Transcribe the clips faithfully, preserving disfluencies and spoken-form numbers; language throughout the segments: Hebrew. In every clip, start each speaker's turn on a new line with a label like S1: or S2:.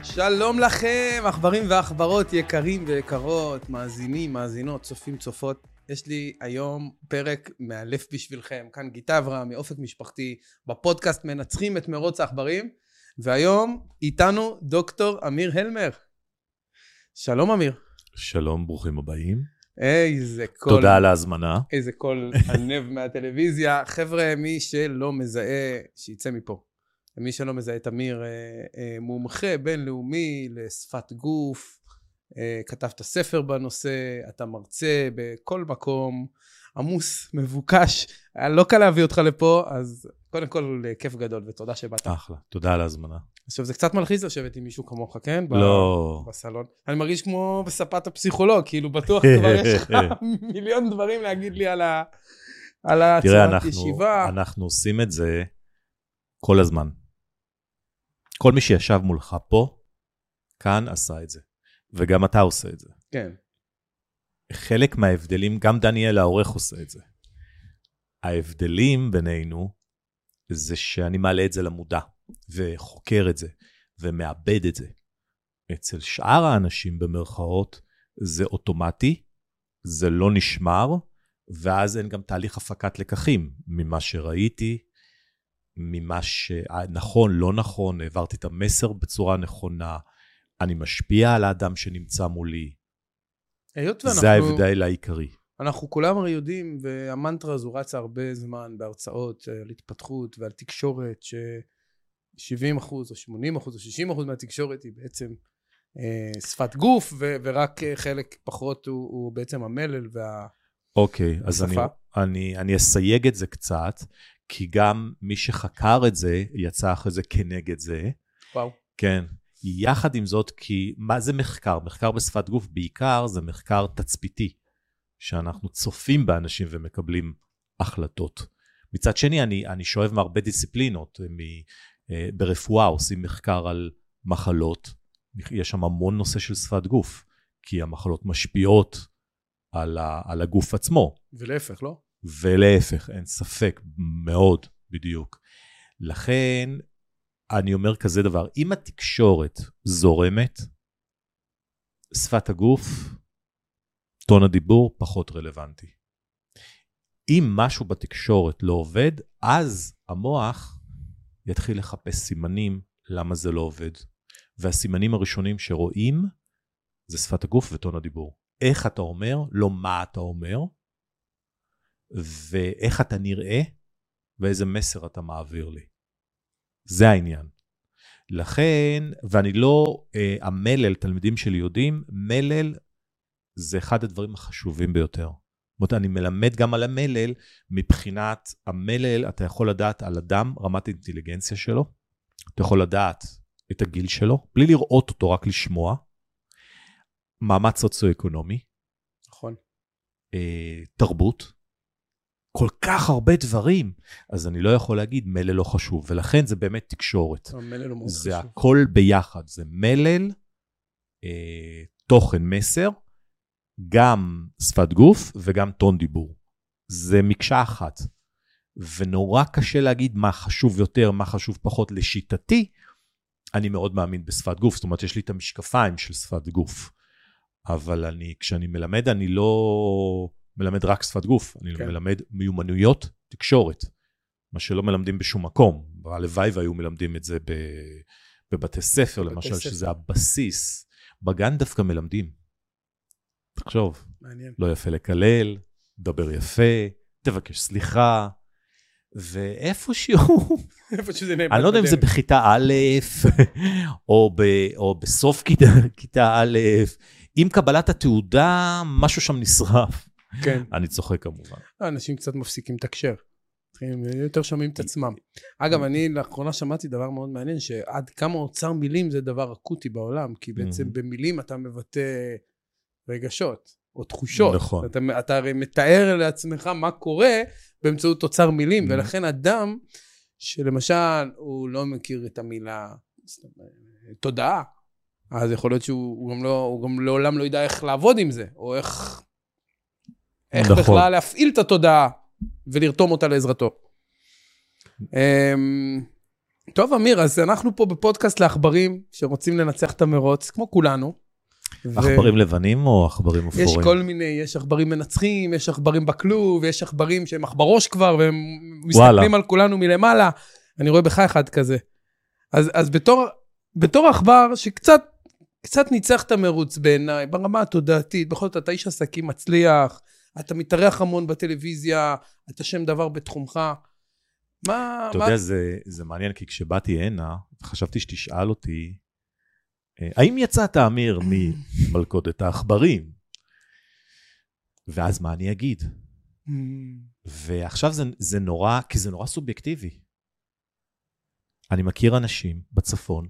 S1: שלום לכם, עכברים ועכברות יקרים ויקרות, מאזינים, מאזינות, צופים, צופות. יש לי היום פרק מאלף בשבילכם, כאן גיטה אברהם מאופק משפחתי, בפודקאסט מנצחים את מרוץ העכברים, והיום איתנו דוקטור אמיר הלמר. שלום אמיר.
S2: שלום, ברוכים הבאים.
S1: איזה קול.
S2: תודה על ההזמנה.
S1: איזה קול ענב מהטלוויזיה. חבר'ה, מי שלא מזהה, שיצא מפה. מי שלא מזהה את אמיר, מומחה בינלאומי לשפת גוף, כתבת ספר בנושא, אתה מרצה בכל מקום, עמוס, מבוקש, היה לא קל להביא אותך לפה, אז קודם כל כיף גדול ותודה שבאת.
S2: אחלה, תודה על ההזמנה.
S1: עכשיו זה קצת מלחיץ לשבת עם מישהו כמוך, כן?
S2: לא.
S1: בסלון. אני מרגיש כמו בספת הפסיכולוג, כאילו בטוח כבר יש לך מיליון דברים להגיד לי על ה... על הצורת ישיבה.
S2: אנחנו עושים את זה כל הזמן. כל מי שישב מולך פה, כאן עשה את זה. וגם אתה עושה את זה.
S1: כן.
S2: חלק מההבדלים, גם דניאל העורך עושה את זה. ההבדלים בינינו, זה שאני מעלה את זה למודע, וחוקר את זה, ומאבד את זה. אצל שאר האנשים במרכאות, זה אוטומטי, זה לא נשמר, ואז אין גם תהליך הפקת לקחים, ממה שראיתי, ממה שנכון, לא נכון, העברתי את המסר בצורה נכונה, אני משפיע על האדם שנמצא מולי. זה ההבדל העיקרי.
S1: אנחנו כולם הרי יודעים, והמנטרה הזו רצה הרבה זמן בהרצאות על התפתחות ועל תקשורת, ש-שבעים אחוז או שמונים אחוז או שישים אחוז מהתקשורת היא בעצם אה, שפת גוף, ו- ורק חלק פחות הוא, הוא בעצם המלל והשפה.
S2: אוקיי, אז אני, אני, אני אסייג את זה קצת, כי גם מי שחקר את זה, יצא אחרי זה כנגד זה.
S1: וואו.
S2: כן. יחד עם זאת, כי מה זה מחקר? מחקר בשפת גוף בעיקר זה מחקר תצפיתי, שאנחנו צופים באנשים ומקבלים החלטות. מצד שני, אני, אני שואב מהרבה דיסציפלינות, מ, ברפואה עושים מחקר על מחלות, יש שם המון נושא של שפת גוף, כי המחלות משפיעות על, ה, על הגוף עצמו.
S1: ולהפך, לא?
S2: ולהפך, אין ספק, מאוד בדיוק. לכן, אני אומר כזה דבר, אם התקשורת זורמת, שפת הגוף, טון הדיבור פחות רלוונטי. אם משהו בתקשורת לא עובד, אז המוח יתחיל לחפש סימנים למה זה לא עובד. והסימנים הראשונים שרואים, זה שפת הגוף וטון הדיבור. איך אתה אומר, לא מה אתה אומר, ואיך אתה נראה, ואיזה מסר אתה מעביר לי. זה העניין. לכן, ואני לא, אה, המלל, תלמידים שלי יודעים, מלל זה אחד הדברים החשובים ביותר. זאת אומרת, אני מלמד גם על המלל, מבחינת המלל, אתה יכול לדעת על אדם, רמת האינטליגנציה שלו, אתה יכול לדעת את הגיל שלו, בלי לראות אותו, רק לשמוע, מאמץ סוציו-אקונומי,
S1: נכון.
S2: אה, תרבות, כל כך הרבה דברים, אז אני לא יכול להגיד מלל לא חשוב, ולכן זה באמת תקשורת.
S1: המלל הוא מאוד חשוב.
S2: זה הכל ביחד, זה מלל, אה, תוכן מסר, גם שפת גוף וגם טון דיבור. זה מקשה אחת, ונורא קשה להגיד מה חשוב יותר, מה חשוב פחות לשיטתי, אני מאוד מאמין בשפת גוף, זאת אומרת יש לי את המשקפיים של שפת גוף, אבל אני, כשאני מלמד, אני לא מלמד רק שפת גוף, אני כן. מלמד מיומנויות תקשורת, מה שלא מלמדים בשום מקום, הלוואי והיו מלמדים את זה בבתי ספר, בבתי למשל, ספר. שזה הבסיס, בגן דווקא מלמדים, תחשוב,
S1: מעניין. לא
S2: יפה לקלל, דבר יפה, תבקש סליחה, ואיפשהו, אני לא יודע אם זה בכיתה א', או, ב, או בסוף כיתה, כיתה א', עם קבלת התעודה, משהו שם נשרף.
S1: כן.
S2: אני צוחק כמובן.
S1: האנשים קצת מפסיקים לתקשר. יותר שומעים את עצמם. אגב, אני לאחרונה שמעתי דבר מאוד מעניין, שעד כמה אוצר מילים זה דבר אקוטי בעולם, כי בעצם במילים אתה מבטא רגשות, או תחושות.
S2: נכון.
S1: אתה, אתה הרי מתאר לעצמך מה קורה באמצעות אוצר מילים, ולכן אדם שלמשל הוא לא מכיר את המילה תודעה, אז יכול להיות שהוא גם לא, הוא גם לעולם לא ידע איך לעבוד עם זה, או איך, איך נכון. בכלל להפעיל את התודעה, ולרתום אותה לעזרתו. טוב, אמיר, אז אנחנו פה בפודקאסט לעכברים שרוצים לנצח את המרוץ, כמו כולנו.
S2: עכברים ו... לבנים או עכברים אפורים?
S1: יש כל מיני, יש עכברים מנצחים, יש עכברים בכלוב, יש עכברים שהם עכברוש כבר, והם מסתכלים על כולנו מלמעלה. אני רואה בך אחד כזה. אז, אז בתור, בתור עכבר שקצת, קצת ניצח את המרוץ בעיניי, ברמה התודעתית, בכל זאת אתה איש עסקים מצליח, אתה מתארח המון בטלוויזיה, אתה שם דבר בתחומך. מה...
S2: אתה
S1: מה...
S2: יודע, זה, זה מעניין, כי כשבאתי הנה, חשבתי שתשאל אותי, האם יצאת, אמיר, ממלכודת העכברים? ואז מה אני אגיד? ועכשיו זה, זה נורא, כי זה נורא סובייקטיבי. אני מכיר אנשים בצפון,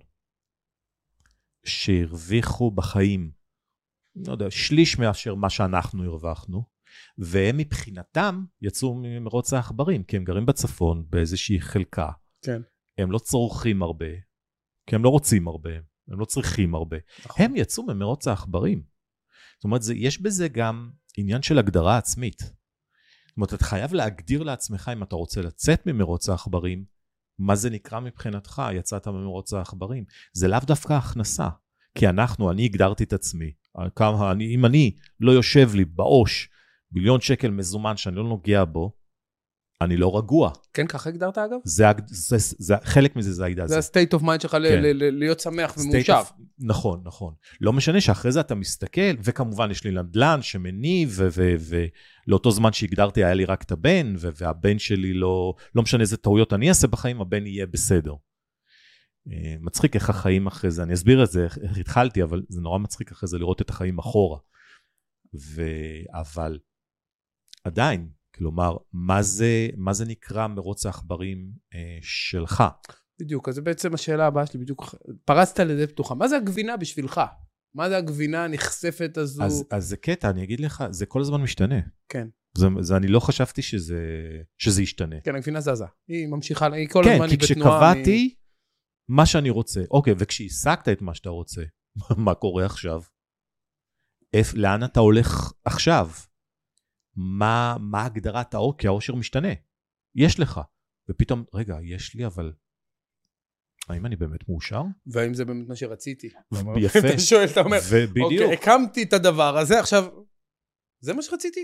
S2: שהרוויחו בחיים, לא יודע, שליש מאשר מה שאנחנו הרווחנו, והם מבחינתם יצאו ממרוץ העכברים, כי הם גרים בצפון באיזושהי חלקה.
S1: כן.
S2: הם לא צורכים הרבה, כי הם לא רוצים הרבה, הם לא צריכים הרבה. נכון. הם יצאו ממרוץ העכברים. זאת אומרת, זה, יש בזה גם עניין של הגדרה עצמית. זאת אומרת, אתה חייב להגדיר לעצמך אם אתה רוצה לצאת ממרוץ העכברים, מה זה נקרא מבחינתך, יצאת ממרוץ העכברים. זה לאו דווקא הכנסה, כי אנחנו, אני הגדרתי את עצמי. כמה, אני, אם אני לא יושב לי בעוש, מיליון שקל מזומן שאני לא נוגע בו, אני לא רגוע.
S1: כן, ככה הגדרת אגב?
S2: זה, זה, זה, זה, חלק מזה זה ההגדרה.
S1: זה ה-state of mind שלך כן. ל- ל- להיות שמח ומאושר.
S2: of, נכון, נכון. לא משנה שאחרי זה אתה מסתכל, וכמובן יש לי נדל"ן שמניב, ולאותו זמן שהגדרתי היה לי רק את הבן, ו- והבן שלי לא, לא משנה איזה טעויות אני אעשה בחיים, הבן יהיה בסדר. מצחיק איך החיים אחרי זה, אני אסביר את זה, איך התחלתי, אבל זה נורא מצחיק אחרי זה לראות את החיים אחורה. ו... אבל עדיין, כלומר, מה זה, מה זה נקרא מרוץ העכברים אה, שלך?
S1: בדיוק, אז זה בעצם השאלה הבאה שלי, בדיוק פרסת לזה פתוחה. מה זה הגבינה בשבילך? מה זה הגבינה הנחשפת הזו?
S2: אז, אז זה קטע, אני אגיד לך, זה כל הזמן משתנה.
S1: כן.
S2: זה, זה, אני לא חשבתי שזה, שזה ישתנה.
S1: כן, הגבינה זזה. היא ממשיכה, היא כל
S2: כן,
S1: הזמן היא בתנועה.
S2: כן, כי כשקבעתי מ... מה שאני רוצה, אוקיי, וכשהשגת את מה שאתה רוצה, מה קורה עכשיו? איפ, לאן אתה הולך עכשיו? מה, מה הגדרת האור? כי האושר משתנה. יש לך. ופתאום, רגע, יש לי, אבל האם אני באמת מאושר?
S1: והאם זה באמת מה שרציתי?
S2: יפה.
S1: אתה שואל, אתה אומר,
S2: ובדיוק.
S1: אוקיי, הקמתי את הדבר הזה, עכשיו, זה מה שרציתי?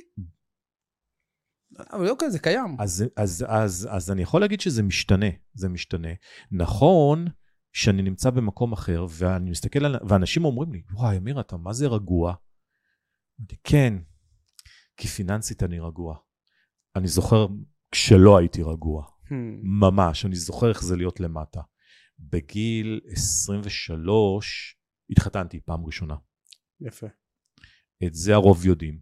S1: אבל אוקיי, זה קיים.
S2: אז, אז, אז, אז אני יכול להגיד שזה משתנה. זה משתנה. נכון שאני נמצא במקום אחר, ואני מסתכל על, ואנשים אומרים לי, וואי, אמיר, אתה מה זה רגוע? כן, כי פיננסית אני רגוע. אני זוכר כשלא הייתי רגוע. Hmm. ממש, אני זוכר איך זה להיות למטה. בגיל עשרים ושלוש התחתנתי פעם ראשונה.
S1: יפה.
S2: את זה הרוב יודעים.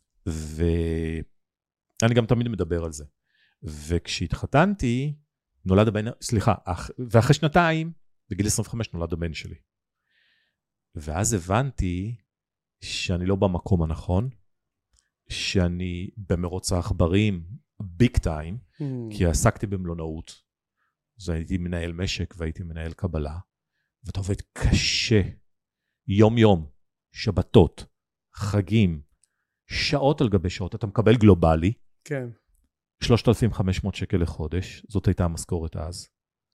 S2: ואני גם תמיד מדבר על זה. וכשהתחתנתי, נולד הבן, סליחה, ואחרי שנתיים, בגיל עשרים וחמש נולד הבן שלי. ואז הבנתי שאני לא במקום הנכון, שאני במרוץ העכברים ביג טיים, mm. כי עסקתי במלונאות, אז הייתי מנהל משק והייתי מנהל קבלה, ואתה עובד קשה, יום יום, שבתות, חגים, שעות על גבי שעות, אתה מקבל גלובלי,
S1: כן.
S2: שלושת אלפים וחמש מאות שקל לחודש, זאת הייתה המשכורת אז.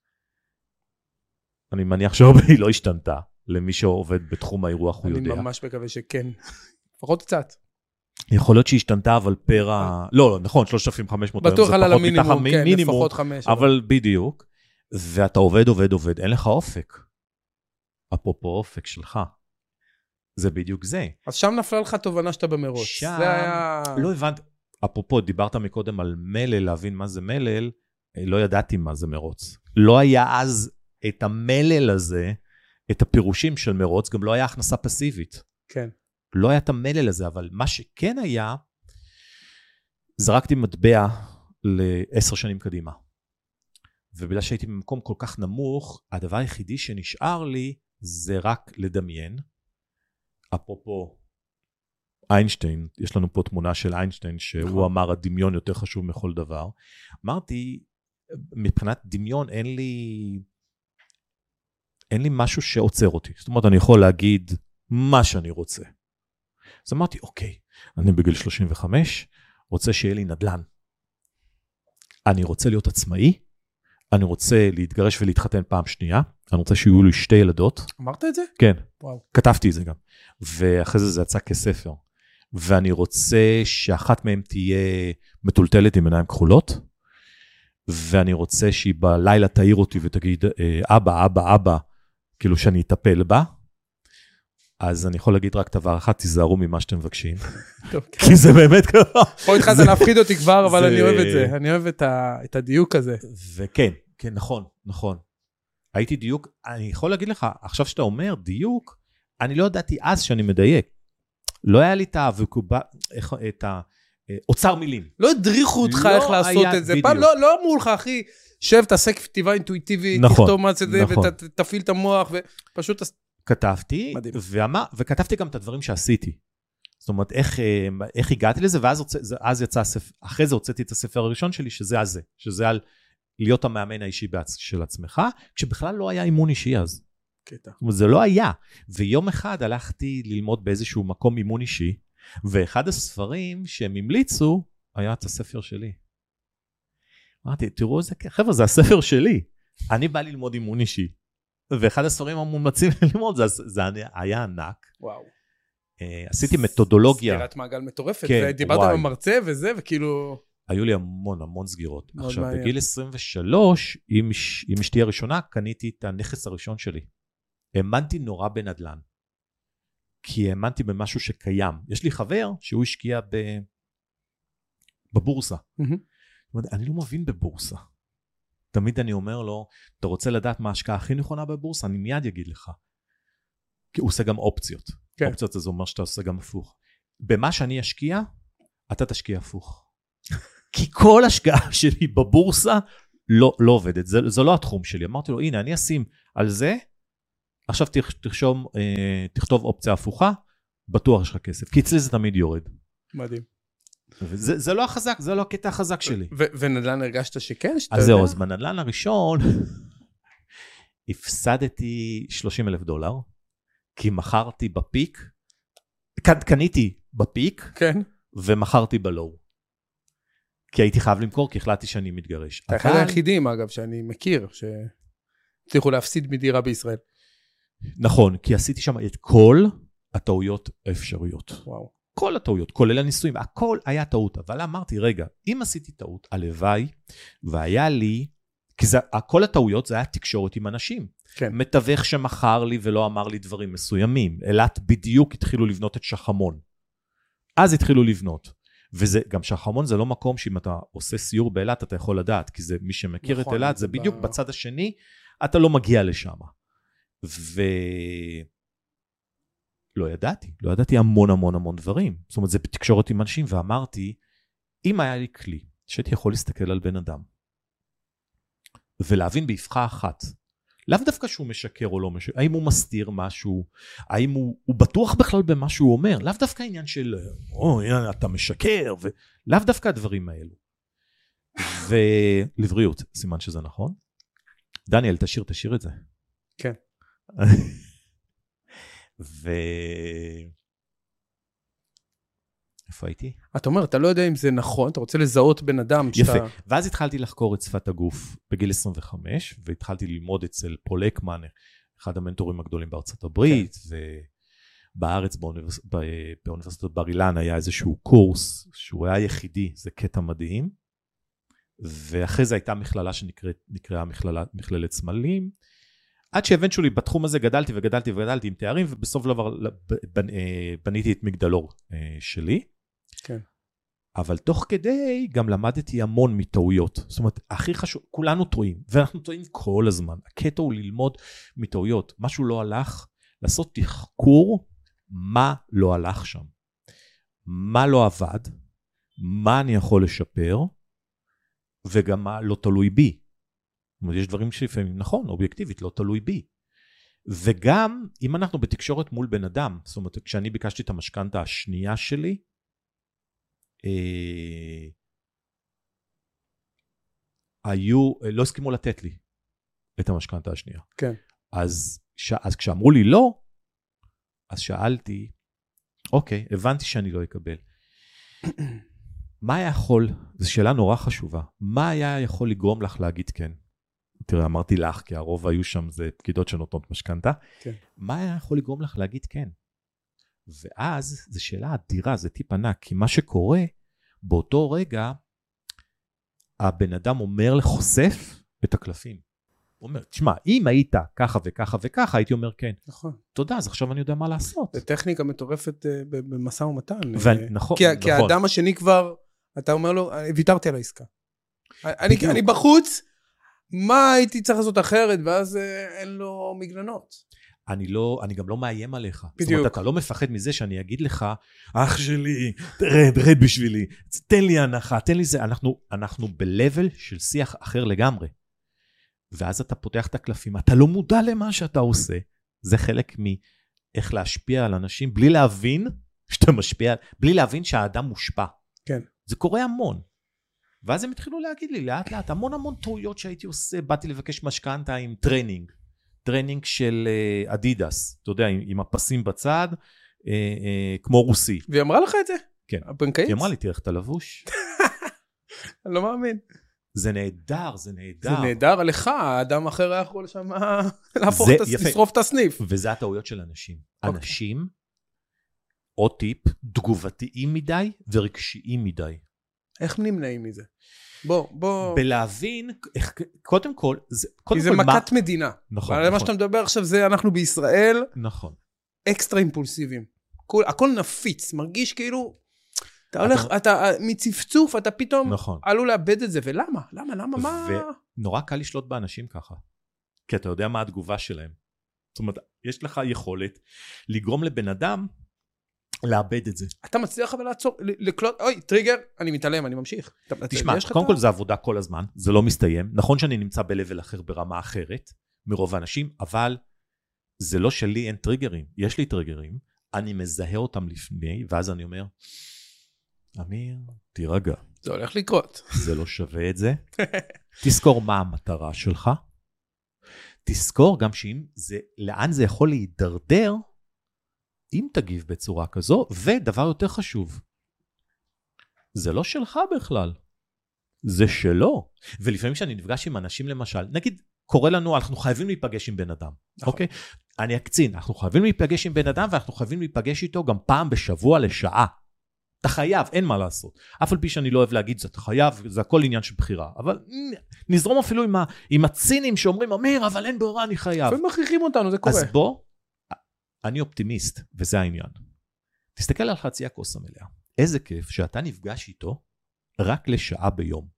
S2: אני מניח שהרבה היא לא השתנתה, למי שעובד בתחום האירוח הוא יודע.
S1: אני ממש מקווה שכן, לפחות קצת.
S2: יכול להיות שהשתנתה, אבל פר ה... לא, נכון, שלושת אלפים וחמש מאות
S1: בטוח על המינימום, כן, לפחות חמש.
S2: אבל בדיוק, ואתה עובד, עובד, עובד, אין לך אופק. אפרופו אופק שלך. זה בדיוק זה.
S1: אז שם נפלה לך תובנה שאתה במרוץ.
S2: שם, לא הבנת, אפרופו, דיברת מקודם על מלל, להבין מה זה מלל, לא ידעתי מה זה מרוץ. לא היה אז את המלל הזה, את הפירושים של מרוץ, גם לא היה הכנסה פסיבית.
S1: כן.
S2: לא היה את המלל הזה, אבל מה שכן היה, זרקתי מטבע לעשר שנים קדימה. ובגלל שהייתי במקום כל כך נמוך, הדבר היחידי שנשאר לי, זה רק לדמיין. אפרופו איינשטיין, יש לנו פה תמונה של איינשטיין, שהוא אמר, הדמיון יותר חשוב מכל דבר. אמרתי, מבחינת דמיון, אין לי, אין לי משהו שעוצר אותי. זאת אומרת, אני יכול להגיד מה שאני רוצה. אז אמרתי, אוקיי, אני בגיל שלושים וחמש, רוצה שיהיה לי נדל"ן. אני רוצה להיות עצמאי, אני רוצה להתגרש ולהתחתן פעם שנייה, אני רוצה שיהיו לי שתי ילדות.
S1: אמרת את זה?
S2: כן,
S1: וואו.
S2: כתבתי את זה גם. ואחרי זה זה יצא כספר. ואני רוצה שאחת מהן תהיה מטולטלת עם עיניים כחולות, ואני רוצה שהיא בלילה תעיר אותי ותגיד, אבא, אבא, אבא, כאילו שאני אטפל בה. אז אני יכול להגיד רק דבר אחד, תיזהרו ממה שאתם מבקשים. כי זה באמת ככה.
S1: פה התחלת להפחיד אותי כבר, אבל אני אוהב את זה. אני אוהב את הדיוק הזה.
S2: וכן, כן, נכון, נכון. הייתי דיוק, אני יכול להגיד לך, עכשיו שאתה אומר דיוק, אני לא ידעתי אז שאני מדייק. לא היה לי את האוצר מילים.
S1: לא הדריכו אותך איך לעשות את זה. פעם לא אמרו לך, אחי, שב, תעשה כתיבה אינטואיטיבית, תכתוב מה זה ותפעיל את המוח, ופשוט...
S2: כתבתי, וכתבתי גם את הדברים שעשיתי. זאת אומרת, איך הגעתי לזה, ואז יצא, אחרי זה הוצאתי את הספר הראשון שלי, שזה הזה, שזה על להיות המאמן האישי של עצמך, כשבכלל לא היה אימון אישי אז.
S1: קטע.
S2: זאת אומרת, זה לא היה. ויום אחד הלכתי ללמוד באיזשהו מקום אימון אישי, ואחד הספרים שהם המליצו, היה את הספר שלי. אמרתי, תראו איזה, חבר'ה, זה הספר שלי. אני בא ללמוד אימון אישי. ואחד הספרים המומלצים ללמוד, זה, זה היה ענק.
S1: וואו.
S2: עשיתי מתודולוגיה.
S1: סגירת מעגל מטורפת,
S2: כן,
S1: ודיברת עם המרצה וזה, וכאילו...
S2: היו לי המון, המון סגירות. עכשיו, מעניין. בגיל עשרים ושלוש, עם, עם אשתי הראשונה, קניתי את הנכס הראשון שלי. האמנתי נורא בנדלן. כי האמנתי במשהו שקיים. יש לי חבר שהוא השקיע ב... בבורסה. Mm-hmm. זאת אומרת, אני לא מבין בבורסה. תמיד אני אומר לו, אתה רוצה לדעת מה ההשקעה הכי נכונה בבורסה? אני מיד אגיד לך. כי הוא עושה גם אופציות. כן. אופציות זה אומר שאתה עושה גם הפוך. במה שאני אשקיע, אתה תשקיע הפוך. כי כל השקעה שלי בבורסה לא, לא עובדת. זה, זה לא התחום שלי. אמרתי לו, הנה, אני אשים על זה, עכשיו תרשום, תכתוב אופציה הפוכה, בטוח יש לך כסף. כי אצלי זה תמיד יורד.
S1: מדהים.
S2: וזה, זה לא החזק, זה לא הקטע החזק שלי.
S1: ו- ונדל"ן הרגשת שכן?
S2: אז זהו, אז בנדל"ן הראשון, הפסדתי שלושים אלף דולר, כי מכרתי בפיק, קניתי בפיק,
S1: כן.
S2: ומכרתי בלואו. כי הייתי חייב למכור, כי החלטתי שאני מתגרש.
S1: אתה אחד היחידים, אגב, שאני מכיר, שצריכו להפסיד מדירה בישראל.
S2: נכון, כי עשיתי שם את כל הטעויות האפשריות.
S1: וואו.
S2: כל הטעויות, כולל הניסויים, הכל היה טעות. אבל אמרתי, רגע, אם עשיתי טעות, הלוואי, והיה לי, כי זה, כל הטעויות זה היה תקשורת עם אנשים.
S1: כן.
S2: מתווך שמכר לי ולא אמר לי דברים מסוימים. אלת בדיוק התחילו לבנות את שחמון. אז התחילו לבנות. וזה, גם שחמון זה לא מקום שאם אתה עושה סיור באלת, אתה יכול לדעת, כי זה מי שמכיר נכון, את אלת, זה בדיוק ב... בצד השני, אתה לא מגיע לשם. ו... לא ידעתי, לא ידעתי המון המון המון דברים. זאת אומרת, זה בתקשורת עם אנשים, ואמרתי, אם היה לי כלי, שהייתי יכול להסתכל על בן אדם, ולהבין באבחה אחת, לאו דווקא שהוא משקר או לא משקר, האם הוא מסתיר משהו, האם הוא, הוא בטוח בכלל במה שהוא אומר, לאו דווקא עניין של, או, הנה, אתה משקר, ולאו דווקא הדברים האלו. ולבריאות, סימן שזה נכון. דניאל, תשאיר, תשאיר את זה.
S1: כן.
S2: ו... איפה הייתי?
S1: אתה אומר, אתה לא יודע אם זה נכון, אתה רוצה לזהות בן אדם.
S2: יפה, שאתה... ואז התחלתי לחקור את שפת הגוף בגיל עשרים וחמש, והתחלתי ללמוד אצל פול אקמן, אחד המנטורים הגדולים בארצות הברית, כן. ובארץ באוניברס... באוניברסיטת בר אילן היה איזשהו קורס, שהוא היה יחידי, זה קטע מדהים, ואחרי זה הייתה מכללה שנקראה מכללה, מכללת סמלים, עד שאבנטשולי בתחום הזה גדלתי וגדלתי וגדלתי עם תארים, ובסוף דבר בניתי את מגדלור שלי.
S1: כן.
S2: אבל תוך כדי גם למדתי המון מטעויות. זאת אומרת, הכי חשוב, כולנו טועים, ואנחנו טועים כל הזמן. הקטע הוא ללמוד מטעויות. משהו לא הלך, לעשות תחקור מה לא הלך שם. מה לא עבד, מה אני יכול לשפר, וגם מה לא תלוי בי. זאת אומרת, יש דברים שלפעמים, נכון, אובייקטיבית, לא תלוי בי. וגם, אם אנחנו בתקשורת מול בן אדם, זאת אומרת, כשאני ביקשתי את המשכנתה השנייה שלי, אה, היו, לא הסכימו לתת לי את המשכנתה השנייה.
S1: כן.
S2: אז, ש, אז כשאמרו לי לא, אז שאלתי, אוקיי, הבנתי שאני לא אקבל. מה היה יכול, זו שאלה נורא חשובה, מה היה יכול לגרום לך להגיד כן? תראה, אמרתי לך, כי הרוב היו שם, זה פקידות שנותנות משכנתה.
S1: כן.
S2: מה היה יכול לגרום לך להגיד כן? ואז, זו שאלה אדירה, זה טיפ ענק, כי מה שקורה, באותו רגע, הבן אדם אומר לחושף את הקלפים. הוא אומר, תשמע, אם היית ככה וככה וככה, הייתי אומר כן.
S1: נכון.
S2: תודה, אז עכשיו אני יודע מה לעשות.
S1: זה טכניקה מטורפת במשא ומתן.
S2: נכון,
S1: כי, נכון. כי האדם השני כבר, אתה אומר לו, ויתרתי על העסקה. אני, אני בחוץ, מה הייתי צריך לעשות אחרת, ואז אין לו מגננות.
S2: אני לא, אני גם לא מאיים עליך.
S1: בדיוק.
S2: זאת אומרת, אתה לא מפחד מזה שאני אגיד לך, אח שלי, רד, רד בשבילי, תן לי הנחה, תן לי זה. אנחנו, אנחנו בלבל של שיח אחר לגמרי. ואז אתה פותח את הקלפים, אתה לא מודע למה שאתה עושה. זה חלק מאיך להשפיע על אנשים, בלי להבין שאתה משפיע, בלי להבין שהאדם מושפע. כן. זה קורה המון. ואז הם התחילו להגיד לי, לאט לאט, המון המון טעויות שהייתי עושה, באתי לבקש משכנתה עם טרנינג. טרנינג של אדידס, אתה יודע, עם, עם הפסים בצד, אה, אה, כמו רוסי.
S1: והיא אמרה לך את זה?
S2: כן.
S1: הבנקאית?
S2: היא אמרה לי, תראה איך אתה לבוש.
S1: אני לא מאמין.
S2: זה נהדר, זה נהדר.
S1: זה נהדר עליך, האדם אחר היה יכול שם להפוך, לשרוף את הסניף.
S2: וזה הטעויות של אנשים. אנשים, או טיפ, תגובתיים מדי ורגשיים מדי.
S1: איך נמנעים מזה? בוא, בוא...
S2: בלהבין, קודם כל,
S1: כי זה מכת מדינה.
S2: נכון,
S1: נכון. מה שאתה מדבר עכשיו זה אנחנו בישראל,
S2: נכון.
S1: אקסטרה אימפולסיביים. הכל נפיץ, מרגיש כאילו, אתה הולך, אתה מצפצוף, אתה פתאום עלול לאבד את זה, ולמה? למה? למה? מה?
S2: ונורא קל לשלוט באנשים ככה, כי אתה יודע מה התגובה שלהם. זאת אומרת, יש לך יכולת לגרום לבן אדם לאבד את זה.
S1: אתה מצליח אבל לעצור, לקלוט, אוי, טריגר, אני מתעלם, אני ממשיך.
S2: תשמע, קודם כל זה עבודה כל הזמן, זה לא מסתיים. נכון שאני נמצא בלבל אחר, ברמה אחרת, מרוב האנשים, אבל זה לא שלי אין טריגרים. יש לי טריגרים, אני מזהה אותם לפני, ואז אני אומר, אמיר, תירגע.
S1: זה הולך לקרות.
S2: זה לא שווה את זה. תזכור מה המטרה שלך. תזכור גם שאם זה, לאן זה יכול להידרדר, אם תגיב בצורה כזו, ודבר יותר חשוב, זה לא שלך בכלל, זה שלו. ולפעמים שאני נפגש עם אנשים למשל, נגיד, קורא לנו, אנחנו חייבים להיפגש עם בן אדם, אוקיי? אני אקצין, אנחנו חייבים להיפגש עם בן אדם, ואנחנו חייבים להיפגש איתו גם פעם בשבוע לשעה. אתה חייב, אין מה לעשות. אף על פי שאני לא אוהב להגיד, זה אתה חייב, זה הכל עניין של בחירה. אבל נזרום אפילו עם, ה, עם הצינים שאומרים, אמיר, אבל אין ברירה, אני חייב.
S1: לפעמים מכריחים אותנו, זה קורה.
S2: אז בוא, אני אופטימיסט, וזה העניין. תסתכל על חצי הכוס המלאה. איזה כיף שאתה נפגש איתו רק לשעה ביום.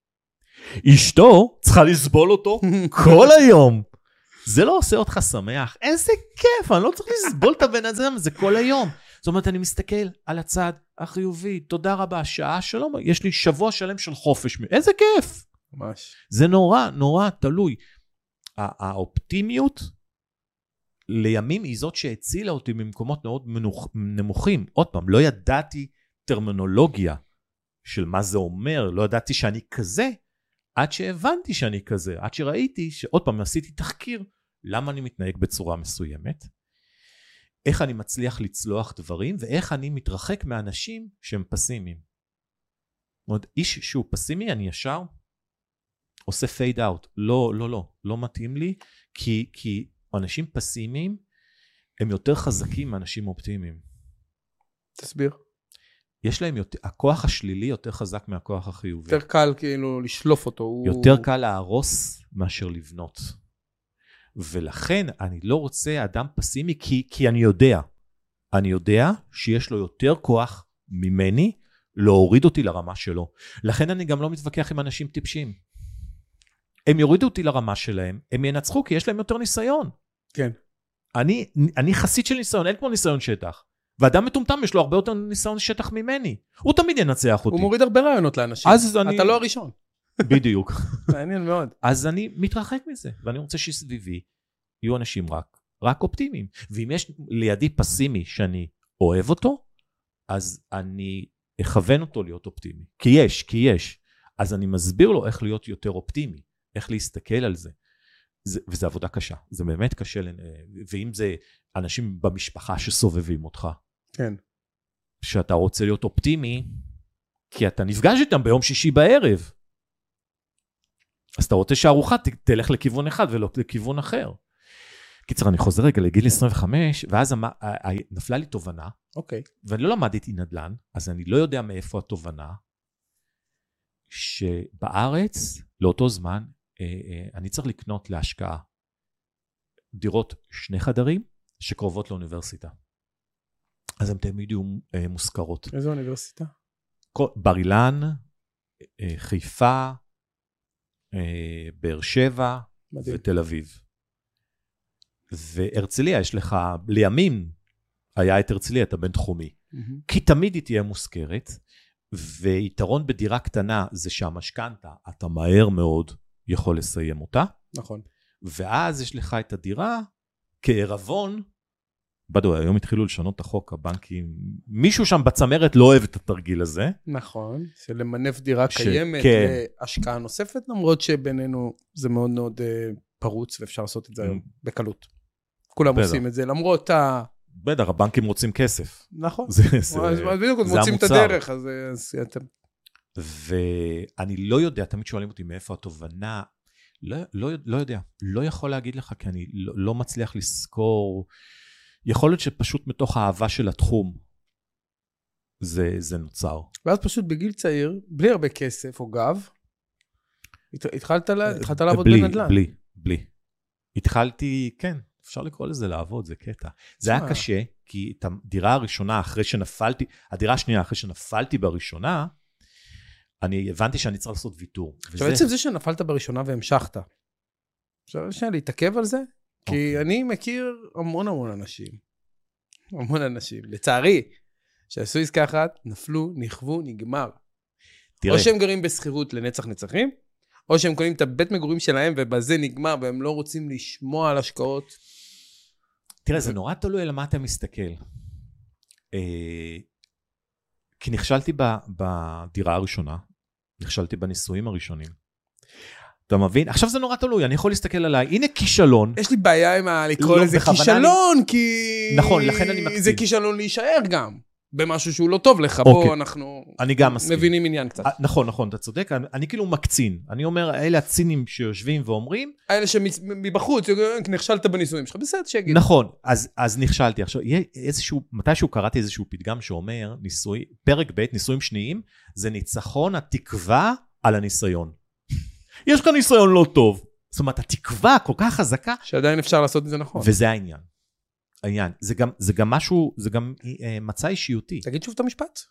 S2: אשתו צריכה לסבול אותו כל היום. זה לא עושה אותך שמח. איזה כיף, אני לא צריך לסבול את הבן אדם, זה כל היום. זאת אומרת, אני מסתכל על הצד החיובי, תודה רבה, שעה שלום, יש לי שבוע שלם של חופש. איזה כיף.
S1: ממש.
S2: זה נורא, נורא תלוי. האופטימיות, לימים היא זאת שהצילה אותי ממקומות מאוד נמוכים. עוד פעם, לא ידעתי טרמינולוגיה של מה זה אומר, לא ידעתי שאני כזה, עד שהבנתי שאני כזה, עד שראיתי שעוד פעם עשיתי תחקיר, למה אני מתנהג בצורה מסוימת, איך אני מצליח לצלוח דברים, ואיך אני מתרחק מאנשים שהם פסימיים. עוד איש שהוא פסימי, אני ישר עושה פייד אאוט. לא, לא, לא, לא מתאים לי, כי, כי אנשים פסימיים הם יותר חזקים מאנשים אופטימיים.
S1: תסביר.
S2: יש להם יותר, הכוח השלילי יותר חזק מהכוח החיובי.
S1: יותר קל כאילו לשלוף אותו.
S2: יותר הוא... קל להרוס מאשר לבנות. ולכן אני לא רוצה אדם פסימי, כי, כי אני יודע, אני יודע שיש לו יותר כוח ממני להוריד אותי לרמה שלו. לכן אני גם לא מתווכח עם אנשים טיפשים. הם יורידו אותי לרמה שלהם, הם ינצחו כי יש להם יותר ניסיון.
S1: כן.
S2: אני, אני חסיד של ניסיון, אין כמו ניסיון שטח. ואדם מטומטם יש לו הרבה יותר ניסיון שטח ממני. הוא תמיד ינצח אותי.
S1: הוא מוריד הרבה רעיונות לאנשים.
S2: אז אני...
S1: אתה לא הראשון.
S2: בדיוק.
S1: מעניין מאוד.
S2: אז אני מתרחק מזה, ואני רוצה שסביבי יהיו אנשים רק, רק אופטימיים. ואם יש לידי פסימי שאני אוהב אותו, אז אני אכוון אותו להיות אופטימי. כי יש, כי יש. אז אני מסביר לו איך להיות יותר אופטימי, איך להסתכל על זה. זה, וזה עבודה קשה, זה באמת קשה, ואם זה אנשים במשפחה שסובבים אותך,
S1: כן.
S2: שאתה רוצה להיות אופטימי, כי אתה נפגש איתם ביום שישי בערב, אז אתה רוצה שהארוחה תלך לכיוון אחד ולא לכיוון אחר. קיצר, אני חוזר רגע לגיל עשרים וחמש, ואז נפלה לי תובנה,
S1: אוקיי.
S2: ואני לא למדתי נדל"ן, אז אני לא יודע מאיפה התובנה, שבארץ, לאותו זמן, אני צריך לקנות להשקעה דירות שני חדרים, שקרובות לאוניברסיטה. אז הן תמיד יהיו מושכרות.
S1: איזו אוניברסיטה?
S2: בר אילן, חיפה, באר שבע ותל אביב. והרצליה, יש לך, לימים היה את הרצליה, את הבינתחומי. כי תמיד היא תהיה מושכרת, ויתרון בדירה קטנה זה שהמשכנתה, אתה מהר מאוד יכול לסיים אותה.
S1: נכון.
S2: ואז יש לך את הדירה כערבון, בדו, היום התחילו לשנות את החוק, הבנקים, מישהו שם בצמרת לא אוהב את התרגיל הזה.
S1: נכון, שלמנף דירה ש... קיימת
S2: כן.
S1: להשקעה נוספת, למרות שבינינו זה מאוד מאוד uh, פרוץ, ואפשר לעשות את זה היום בקלות. כולם בדע. עושים את זה, למרות ה...
S2: בטח, הבנקים רוצים כסף.
S1: נכון.
S2: זה, זה,
S1: אז בדיוק,
S2: זה
S1: מוצאים
S2: המוצר.
S1: את הדרך, אז, אז אתם...
S2: ואני לא יודע, תמיד שואלים אותי מאיפה התובנה, לא, לא, לא יודע, לא יכול להגיד לך, כי אני לא, לא מצליח לזכור, יכול להיות שפשוט מתוך האהבה של התחום, זה, זה נוצר.
S1: ואז פשוט בגיל צעיר, בלי הרבה כסף או גב, התחלת, לה, התחלת לעבוד
S2: בלי,
S1: בנדל"ן.
S2: בלי, בלי. התחלתי, כן, אפשר לקרוא לזה לעבוד, זה קטע. זה היה קשה, כי את הדירה הראשונה אחרי שנפלתי, הדירה השנייה אחרי שנפלתי בראשונה, אני הבנתי שאני צריך לעשות ויתור.
S1: עכשיו, בעצם זה שנפלת בראשונה והמשכת. עכשיו, אפשר להתעכב על זה? כי אני מכיר המון המון אנשים. המון אנשים. לצערי, שעשו עסקה אחת, נפלו, נכוו, נגמר. או שהם גרים בסחירות לנצח נצחים, או שהם קונים את הבית מגורים שלהם, ובזה נגמר, והם לא רוצים לשמוע על השקעות.
S2: תראה, זה נורא תלוי על מה אתה מסתכל. כי נכשלתי בדירה הראשונה, נכשלתי בניסויים הראשונים. אתה מבין? עכשיו זה נורא תלוי, אני יכול להסתכל עליי, הנה כישלון.
S1: יש לי בעיה עם לקרוא לזה כישלון, כי...
S2: נכון, לכן אני מקציב.
S1: זה כישלון להישאר גם, במשהו שהוא לא טוב לך, בוא אנחנו מבינים עניין קצת.
S2: נכון, נכון, אתה צודק, אני כאילו מקצין, אני אומר, אלה הצינים שיושבים ואומרים...
S1: האלה שמבחוץ, נכשלת בניסויים שלך, בסדר שיגיד.
S2: נכון, אז נכשלתי. עכשיו, מתישהו קראתי איזשהו פתגם שאומר, פרק ב', ניסויים שניים, זה ניצחון התקווה על הניסיון. יש לך ניסיון לא טוב. זאת אומרת, התקווה כל כך חזקה.
S1: שעדיין אפשר לעשות את זה נכון.
S2: וזה העניין. העניין. זה גם, זה גם משהו, זה גם אה, מצע אישיותי.
S1: תגיד שוב את המשפט.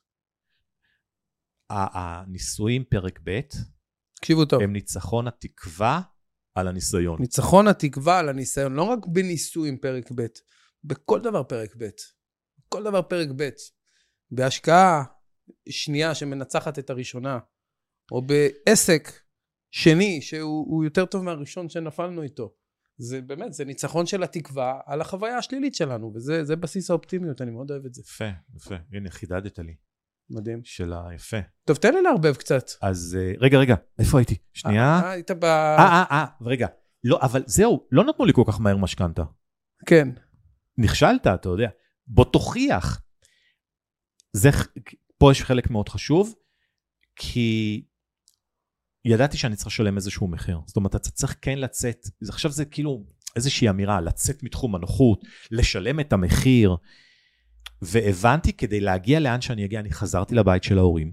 S2: הניסויים פרק ב',
S1: תקשיבו טוב.
S2: הם ניצחון התקווה על הניסיון.
S1: ניצחון התקווה על הניסיון, לא רק בניסויים פרק ב', בכל דבר פרק ב'. כל דבר פרק ב'. בהשקעה שנייה שמנצחת את הראשונה, או בעסק שני, שהוא יותר טוב מהראשון שנפלנו איתו. זה באמת, זה ניצחון של התקווה על החוויה השלילית שלנו, וזה זה בסיס האופטימיות, אני מאוד אוהב את זה.
S2: יפה, יפה. הנה, חידדת לי.
S1: מדהים.
S2: של היפה.
S1: טוב, תן לי להרבב קצת.
S2: אז רגע, רגע, איפה הייתי? שנייה.
S1: אה, היית ב...
S2: אה, אה, אה, רגע. לא, אבל זהו, לא נתנו לי כל כך מהר משכנתה.
S1: כן.
S2: נכשלת, אתה יודע. בוא תוכיח. זה, פה יש חלק מאוד חשוב, כי ידעתי שאני צריך לשלם איזשהו מחיר. זאת אומרת, אתה צריך כן לצאת, עכשיו זה כאילו איזושהי אמירה, לצאת מתחום הנוחות, לשלם את המחיר, והבנתי כדי להגיע לאן שאני אגיע, אני חזרתי לבית של ההורים,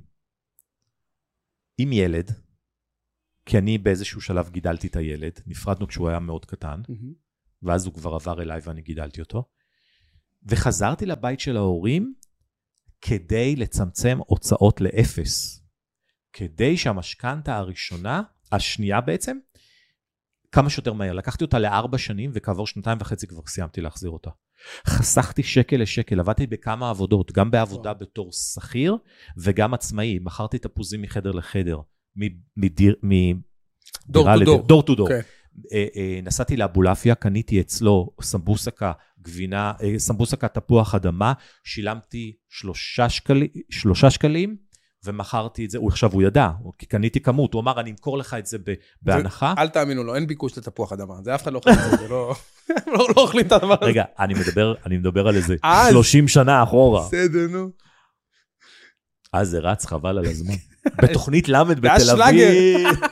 S2: עם ילד, כי אני באיזשהו שלב גידלתי את הילד, נפרדנו כשהוא היה מאוד קטן, ואז הוא כבר עבר אליי ואני גידלתי אותו, וחזרתי לבית של ההורים, כדי לצמצם הוצאות לאפס, כדי שהמשכנתה הראשונה, השנייה בעצם, כמה שיותר מהר. לקחתי אותה לארבע שנים, וכעבור שנתיים וחצי כבר סיימתי להחזיר אותה. חסכתי שקל לשקל, עבדתי בכמה עבודות, גם בעבודה בתור שכיר, וגם עצמאי. מכרתי תפוזים מחדר לחדר, מדיר,
S1: דור טו דור.
S2: דור טו דור. נסעתי לאבולעפיה, קניתי אצלו סמבוסקה, גבינה, סמבוסקה תפוח אדמה, שילמתי שלושה שקלים, שלושה שקלים, ומכרתי את זה, הוא עכשיו הוא ידע, כי קניתי כמות, הוא אמר, אני אמכור לך את זה בהנחה.
S1: אל תאמינו לו, אין ביקוש לתפוח אדמה, זה אף אחד לא אוכל את זה, זה לא אוכלים את הדבר הזה.
S2: רגע, אני מדבר על איזה שלושים שנה אחורה.
S1: בסדר, נו.
S2: אז זה רץ חבל על הזמן. בתוכנית למד בתל אביב.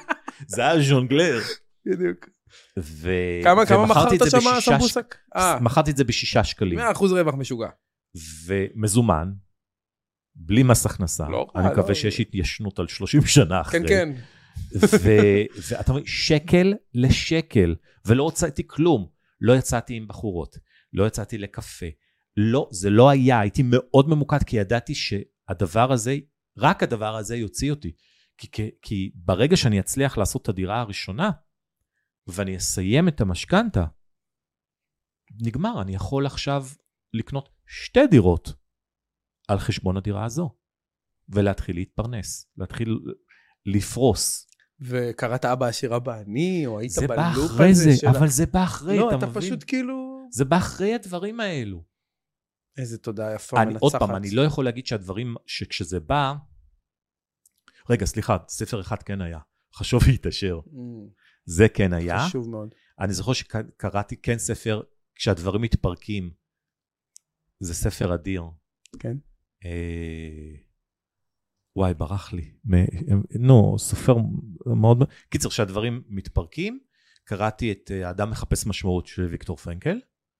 S2: זה היה ז'ונגלר.
S1: בדיוק.
S2: ו...
S1: כמה, כמה מכרת
S2: ומכרתי את זה
S1: שם
S2: בשישה
S1: סמבוסק?
S2: ש- מכרתי את זה בשישה שקלים.
S1: מאה אחוז רווח משוגע.
S2: ומזומן, בלי מס הכנסה.
S1: לא,
S2: אני
S1: לא.
S2: מקווה שיש התיישנות על שלושים שנה אחרי.
S1: כן, כן.
S2: ו- ואתה אומר, שקל לשקל, ולא הוצאתי כלום. לא יצאתי עם בחורות, לא יצאתי לקפה. לא, זה לא היה, הייתי מאוד ממוקד, כי ידעתי שהדבר הזה, רק הדבר הזה יוציא אותי. כי, כי, כי ברגע שאני אצליח לעשות את הדירה הראשונה, ואני אסיים את המשכנתה, נגמר, אני יכול עכשיו לקנות שתי דירות על חשבון הדירה הזו, ולהתחיל להתפרנס, להתחיל לפרוס.
S1: וקראת אבא עשיר אבא אני, או היית
S2: זה בא
S1: בלופ
S2: אחרי
S1: הזה
S2: זה,
S1: של...
S2: אבל זה בא אחרי,
S1: לא,
S2: אתה
S1: אתה
S2: מבין?
S1: פשוט כאילו...
S2: זה בא אחרי הדברים האלו.
S1: איזה תודה יפה
S2: אני,
S1: מנצחת.
S2: עוד פעם, אני לא יכול להגיד שהדברים, שכשזה בא, רגע, סליחה, ספר אחד כן היה, חשוב להתאשר.
S1: Mm,
S2: זה כן היה.
S1: חשוב מאוד.
S2: אני זוכר שקראתי כן ספר, כשהדברים מתפרקים, זה ספר אדיר.
S1: כן.
S2: אה, וואי, ברח לי. נו, ספר מאוד... קיצר, כשהדברים מתפרקים, קראתי את האדם מחפש משמעות של ויקטור פרנקל,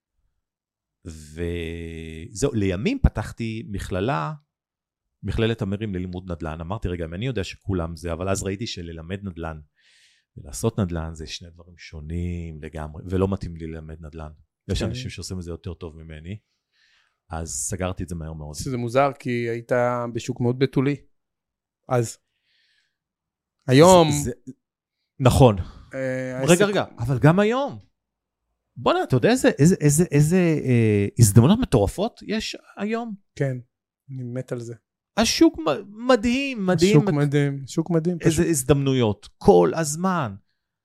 S2: וזהו, לימים פתחתי מכללה, מכללת אמרים ללימוד נדל"ן. אמרתי, רגע, אני יודע שכולם זה, אבל אז ראיתי שללמד נדל"ן, ולעשות נדל"ן זה שני דברים שונים לגמרי, ולא מתאים לי ללמד נדל"ן. יש אנשים שעושים את זה יותר טוב ממני, אז סגרתי את זה מהר מאוד.
S1: זה מוזר, כי היית בשוק מאוד בתולי. אז, היום...
S2: זה, זה, נכון.
S1: אה,
S2: רגע,
S1: העסק-
S2: רגע, אבל גם היום. בוא נראה, אתה יודע איזה, איזה, איזה, איזה אה, הזדמנות מטורפות יש היום?
S1: כן, אני מת על זה.
S2: השוק מ- מדהים, מדהים.
S1: שוק מדהים, שוק מדהים.
S2: איזה
S1: פשוט.
S2: הזדמנויות, כל הזמן.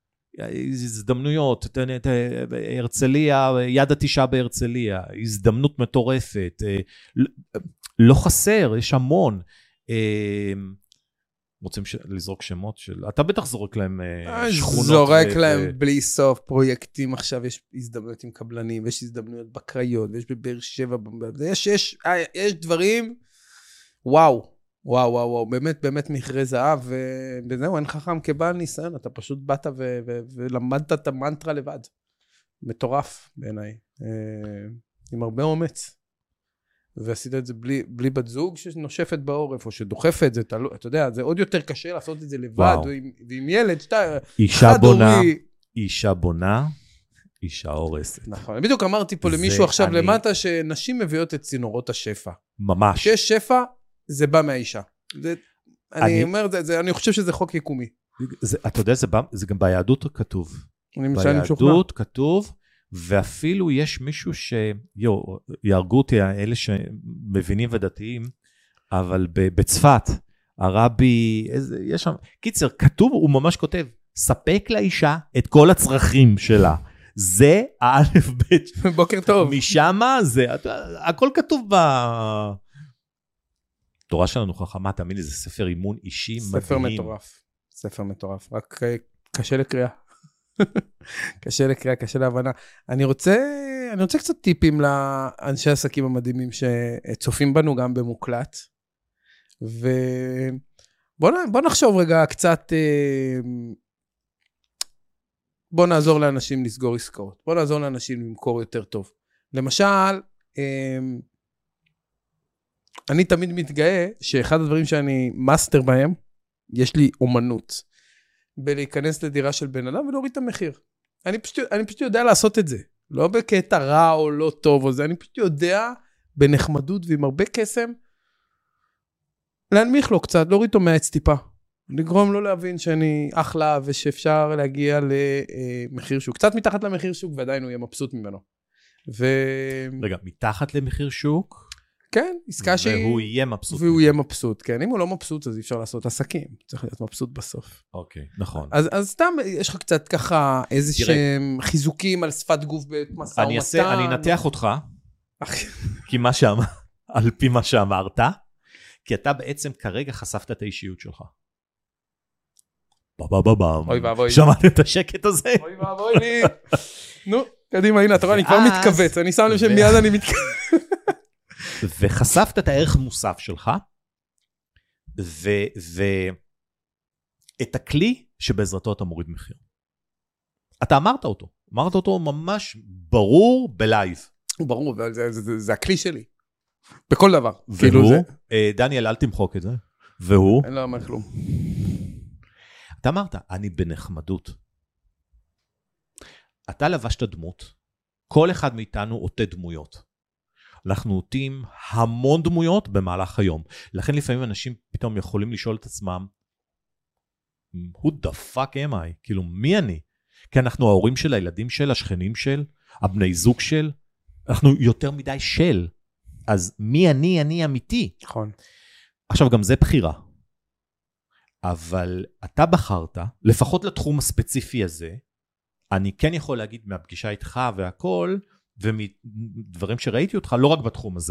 S2: הזדמנויות, ת- ת- הרצליה, יד התשעה בהרצליה, הזדמנות מטורפת, אה, לא- לא חסר, יש המון. אה, רוצים ש- לזרוק שמות של... אתה בטח זורק להם אה, שכונות.
S1: זורק
S2: ו-
S1: להם
S2: ו-
S1: בלי סוף פרויקטים, עכשיו יש הזדמנויות עם קבלנים, ויש הזדמנויות בקריות, ויש בבאר שבע, יש, יש, אה, יש דברים, וואו, וואו, וואו, וואו, באמת, באמת מכרה זהב, וזהו, אין חכם כבעל ניסיון, אתה פשוט באת ו- ו- ולמדת את המנטרה לבד. מטורף בעיניי, אה, עם הרבה אומץ. ועשית את זה בלי, בלי בת זוג שנושפת בעורף, או שדוחפת, זה, אתה, לא, אתה יודע, זה עוד יותר קשה לעשות את זה לבד, ועם, ועם ילד, שאתה...
S2: אישה בונה, אישה בונה, אישה הורסת.
S1: נכון, בדיוק אמרתי פה
S2: זה
S1: למישהו עכשיו
S2: אני-
S1: למטה, שנשים מביאות את צינורות השפע.
S2: ממש.
S1: כשיש שפע, זה בא מהאישה. זה, אני,
S2: אני-
S1: אומר, זה, זה, אני חושב שזה חוק יקומי.
S2: זה, אתה יודע, זה, בא, זה גם ביהדות כתוב.
S1: אני משנה משוכנע.
S2: ביהדות כתוב, ואפילו יש מישהו ש... יו, יהרגו אותי האלה שמבינים ודתיים, אבל ב- בצפת, הרבי, איזה, יש שם... קיצר, כתוב, הוא ממש כותב, ספק לאישה את כל הצרכים שלה. זה האלף בית.
S1: בוקר טוב.
S2: משמה זה, אתה- הכל כתוב ב... תורה שלנו חכמה, תאמין לי, זה ספר אימון אישי מדהים.
S1: ספר מטורף. ספר מטורף. רק אה, קשה לקריאה. קשה לקריאה, קשה להבנה. אני רוצה, אני רוצה קצת טיפים לאנשי עסקים המדהימים שצופים בנו גם במוקלט. ובוא נ- בוא נחשוב רגע קצת, אה, בוא נעזור לאנשים לסגור עסקאות. בוא נעזור לאנשים למכור יותר טוב. למשל, אה, אני תמיד מתגאה שאחד הדברים שאני מאסטר בהם, יש לי אומנות, בלהיכנס לדירה של בן אדם ולהוריד את המחיר. אני פשוט, אני פשוט יודע לעשות את זה. לא בקטע רע או לא טוב או זה, אני פשוט יודע בנחמדות ועם הרבה קסם, להנמיך לו קצת, להוריד אותו מהעץ טיפה. לגרום לו להבין שאני אחלה ושאפשר להגיע למחיר שוק. קצת מתחת למחיר שוק ועדיין הוא יהיה מבסוט ממנו. ו...
S2: רגע, מתחת למחיר שוק?
S1: כן, עסקה שהיא...
S2: והוא יהיה מבסוט.
S1: והוא יהיה מבסוט, כן. אם הוא לא מבסוט, אז אי אפשר לעשות עסקים. צריך להיות מבסוט בסוף.
S2: אוקיי, נכון.
S1: אז, אז סתם, יש לך קצת ככה איזה שהם חיזוקים על שפת גוף במשא
S2: אני אעשה, אני אנתח אותך, כי מה שאמר, על פי מה שאמרת, כי אתה בעצם כרגע חשפת את האישיות שלך. בבבבם.
S1: אוי ואבוי.
S2: שמעת את השקט הזה?
S1: אוי ואבוי לי. נו, קדימה, הנה, אתה רואה, אני כבר
S2: ואז-
S1: מתכווץ. אני שם לב שמיד אני מתכווץ.
S2: וחשפת את הערך מוסף שלך, ואת הכלי שבעזרתו אתה מוריד מחיר. אתה אמרת אותו, אמרת אותו ממש ברור בלייב.
S1: הוא ברור, זה, זה, זה, זה הכלי שלי. בכל דבר.
S2: והוא,
S1: כאילו זה...
S2: דניאל, אל תמחוק את זה. והוא...
S1: אין לו אומר כלום.
S2: אתה אמרת, אני בנחמדות. אתה לבשת דמות, כל אחד מאיתנו עוטה דמויות. אנחנו עוטים המון דמויות במהלך היום. לכן לפעמים אנשים פתאום יכולים לשאול את עצמם, who the fuck am I? כאילו, מי אני? כי אנחנו ההורים של, הילדים של, השכנים של, הבני זוג של, אנחנו יותר מדי של. אז מי אני? אני אמיתי.
S1: נכון.
S2: עכשיו, גם זה בחירה. אבל אתה בחרת, לפחות לתחום הספציפי הזה, אני כן יכול להגיד מהפגישה איתך והכל, ומדברים שראיתי אותך, לא רק בתחום הזה.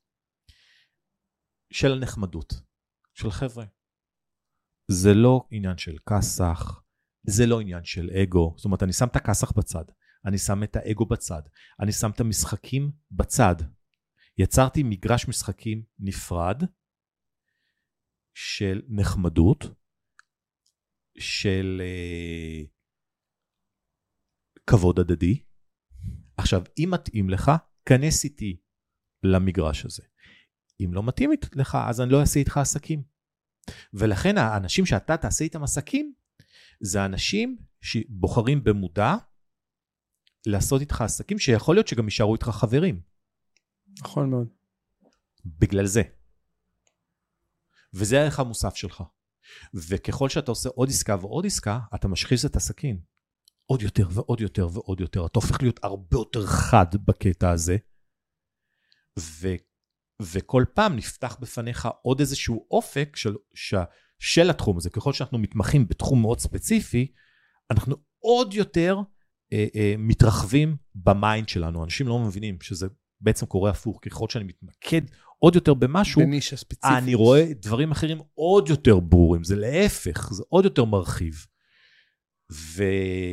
S2: של הנחמדות, של חבר'ה. זה לא עניין של כסח, זה לא עניין של אגו. זאת אומרת, אני שם את הכסח בצד, אני שם את האגו בצד, אני שם את המשחקים בצד. יצרתי מגרש משחקים נפרד, של נחמדות, של uh, כבוד הדדי. עכשיו, אם מתאים לך, כנס איתי למגרש הזה. אם לא מתאים לך, אז אני לא אעשה איתך עסקים. ולכן האנשים שאתה תעשה איתם עסקים, זה אנשים שבוחרים במודע לעשות איתך עסקים, שיכול להיות שגם יישארו איתך חברים.
S1: נכון מאוד.
S2: בגלל זה. וזה הערך המוסף שלך. וככל שאתה עושה עוד עסקה ועוד עסקה, אתה משחיז את הסכין. עוד יותר ועוד יותר ועוד יותר. אתה הופך להיות הרבה יותר חד בקטע הזה. ו, וכל פעם נפתח בפניך עוד איזשהו אופק של, ש, של התחום הזה. ככל שאנחנו מתמחים בתחום מאוד ספציפי, אנחנו עוד יותר אה, אה, מתרחבים במיינד שלנו. אנשים לא מבינים שזה בעצם קורה הפוך. ככל שאני מתמקד עוד יותר במשהו,
S1: בנישה ספציפית.
S2: אני רואה דברים אחרים עוד יותר ברורים. זה להפך, זה עוד יותר מרחיב. ו...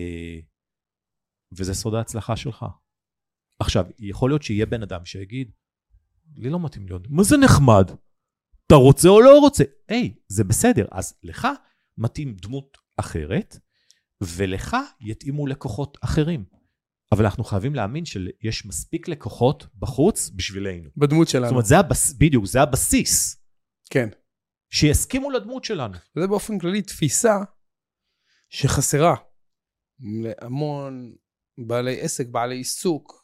S2: וזה סוד ההצלחה שלך. עכשיו, יכול להיות שיהיה בן אדם שיגיד, לי לא מתאים להיות, מה זה נחמד? אתה רוצה או לא רוצה? היי, זה בסדר. אז לך מתאים דמות אחרת, ולך יתאימו לקוחות אחרים. אבל אנחנו חייבים להאמין שיש מספיק לקוחות בחוץ בשבילנו.
S1: בדמות שלנו.
S2: זאת אומרת, זה הבס... בדיוק, זה הבסיס.
S1: כן.
S2: שיסכימו לדמות שלנו.
S1: וזה באופן כללי תפיסה שחסרה להמון בעלי עסק, בעלי עיסוק,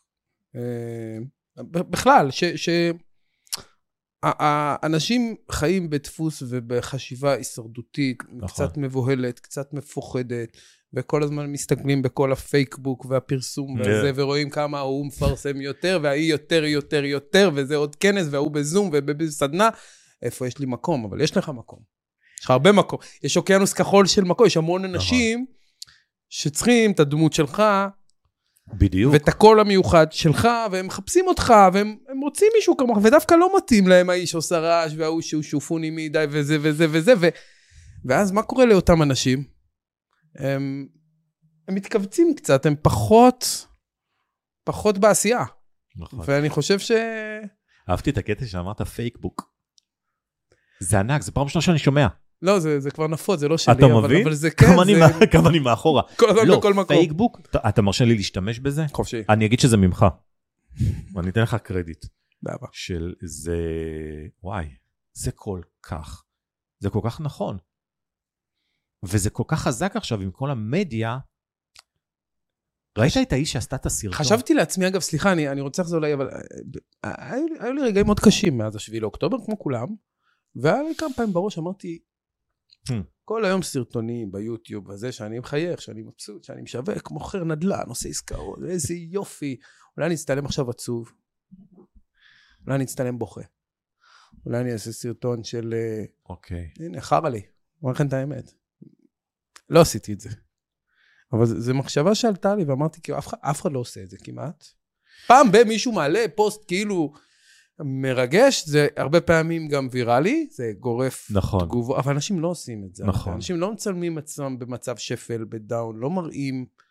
S1: בכלל, ש... ש... האנשים חיים בדפוס ובחשיבה הישרדותית, נכון. קצת מבוהלת, קצת מפוחדת, וכל הזמן מסתכלים בכל הפייסבוק והפרסום yeah. וזה, ורואים כמה הוא מפרסם יותר, והיא יותר יותר יותר, וזה עוד כנס, והוא בזום ובסדנה, איפה יש לי מקום? אבל יש לך מקום. יש לך הרבה מקום. יש אוקיינוס כחול של מקום, יש המון אנשים שצריכים את הדמות שלך,
S2: בדיוק.
S1: ואת הקול המיוחד שלך, והם מחפשים אותך, והם רוצים מישהו כמוך, ודווקא לא מתאים להם האיש עושה רעש, והוא שהוא שופוני מדי, וזה וזה וזה, ו... ואז מה קורה לאותם אנשים? הם, הם מתכווצים קצת, הם פחות, פחות בעשייה.
S2: נכון.
S1: ואני חושב ש...
S2: אהבתי את הקטע שאמרת פייסבוק. זה ענק, זה פעם שנייה שאני שומע.
S1: לא, זה, זה כבר נפוץ, זה לא שלי.
S2: אתה
S1: אבל,
S2: מבין?
S1: אבל זה כן,
S2: כמה,
S1: זה...
S2: אני, מה, כמה אני מאחורה.
S1: כל הזמן
S2: לא,
S1: בכל מקום.
S2: פייסבוק, אתה, אתה מרשה לי להשתמש בזה?
S1: חופשי.
S2: אני אגיד שזה ממך. אני אתן לך קרדיט.
S1: באבא.
S2: של זה, וואי, זה כל כך, זה כל כך נכון. וזה כל כך חזק עכשיו עם כל המדיה. ראית את האיש שעשתה את הסרטון?
S1: חשבתי לעצמי, אגב, סליחה, אני, אני רוצה לחזור לי, אבל היו, היו לי רגעים מאוד קשים מאז השביעי לאוקטובר, כמו כולם, והיה לי כמה פעמים בראש, אמרתי, כל היום סרטונים ביוטיוב, וזה שאני מחייך, שאני מבסוט, שאני משווק, מוכר נדל"ן, עושה עסקאות, איזה יופי. אולי אני אצטלם עכשיו עצוב. אולי אני אצטלם בוכה. אולי אני אעשה סרטון של...
S2: אוקיי.
S1: הנה, חרה לי. אומר לכם את האמת. לא עשיתי את זה. אבל זו מחשבה שעלתה לי, ואמרתי, כאילו, אף, אף אחד לא עושה את זה כמעט. פעם במישהו מעלה פוסט כאילו מרגש, זה הרבה פעמים גם ויראלי, זה גורף
S2: נכון.
S1: תגובות, אבל אנשים לא עושים את זה.
S2: נכון.
S1: אנשים לא מצלמים עצמם במצב שפל, בדאון, לא מראים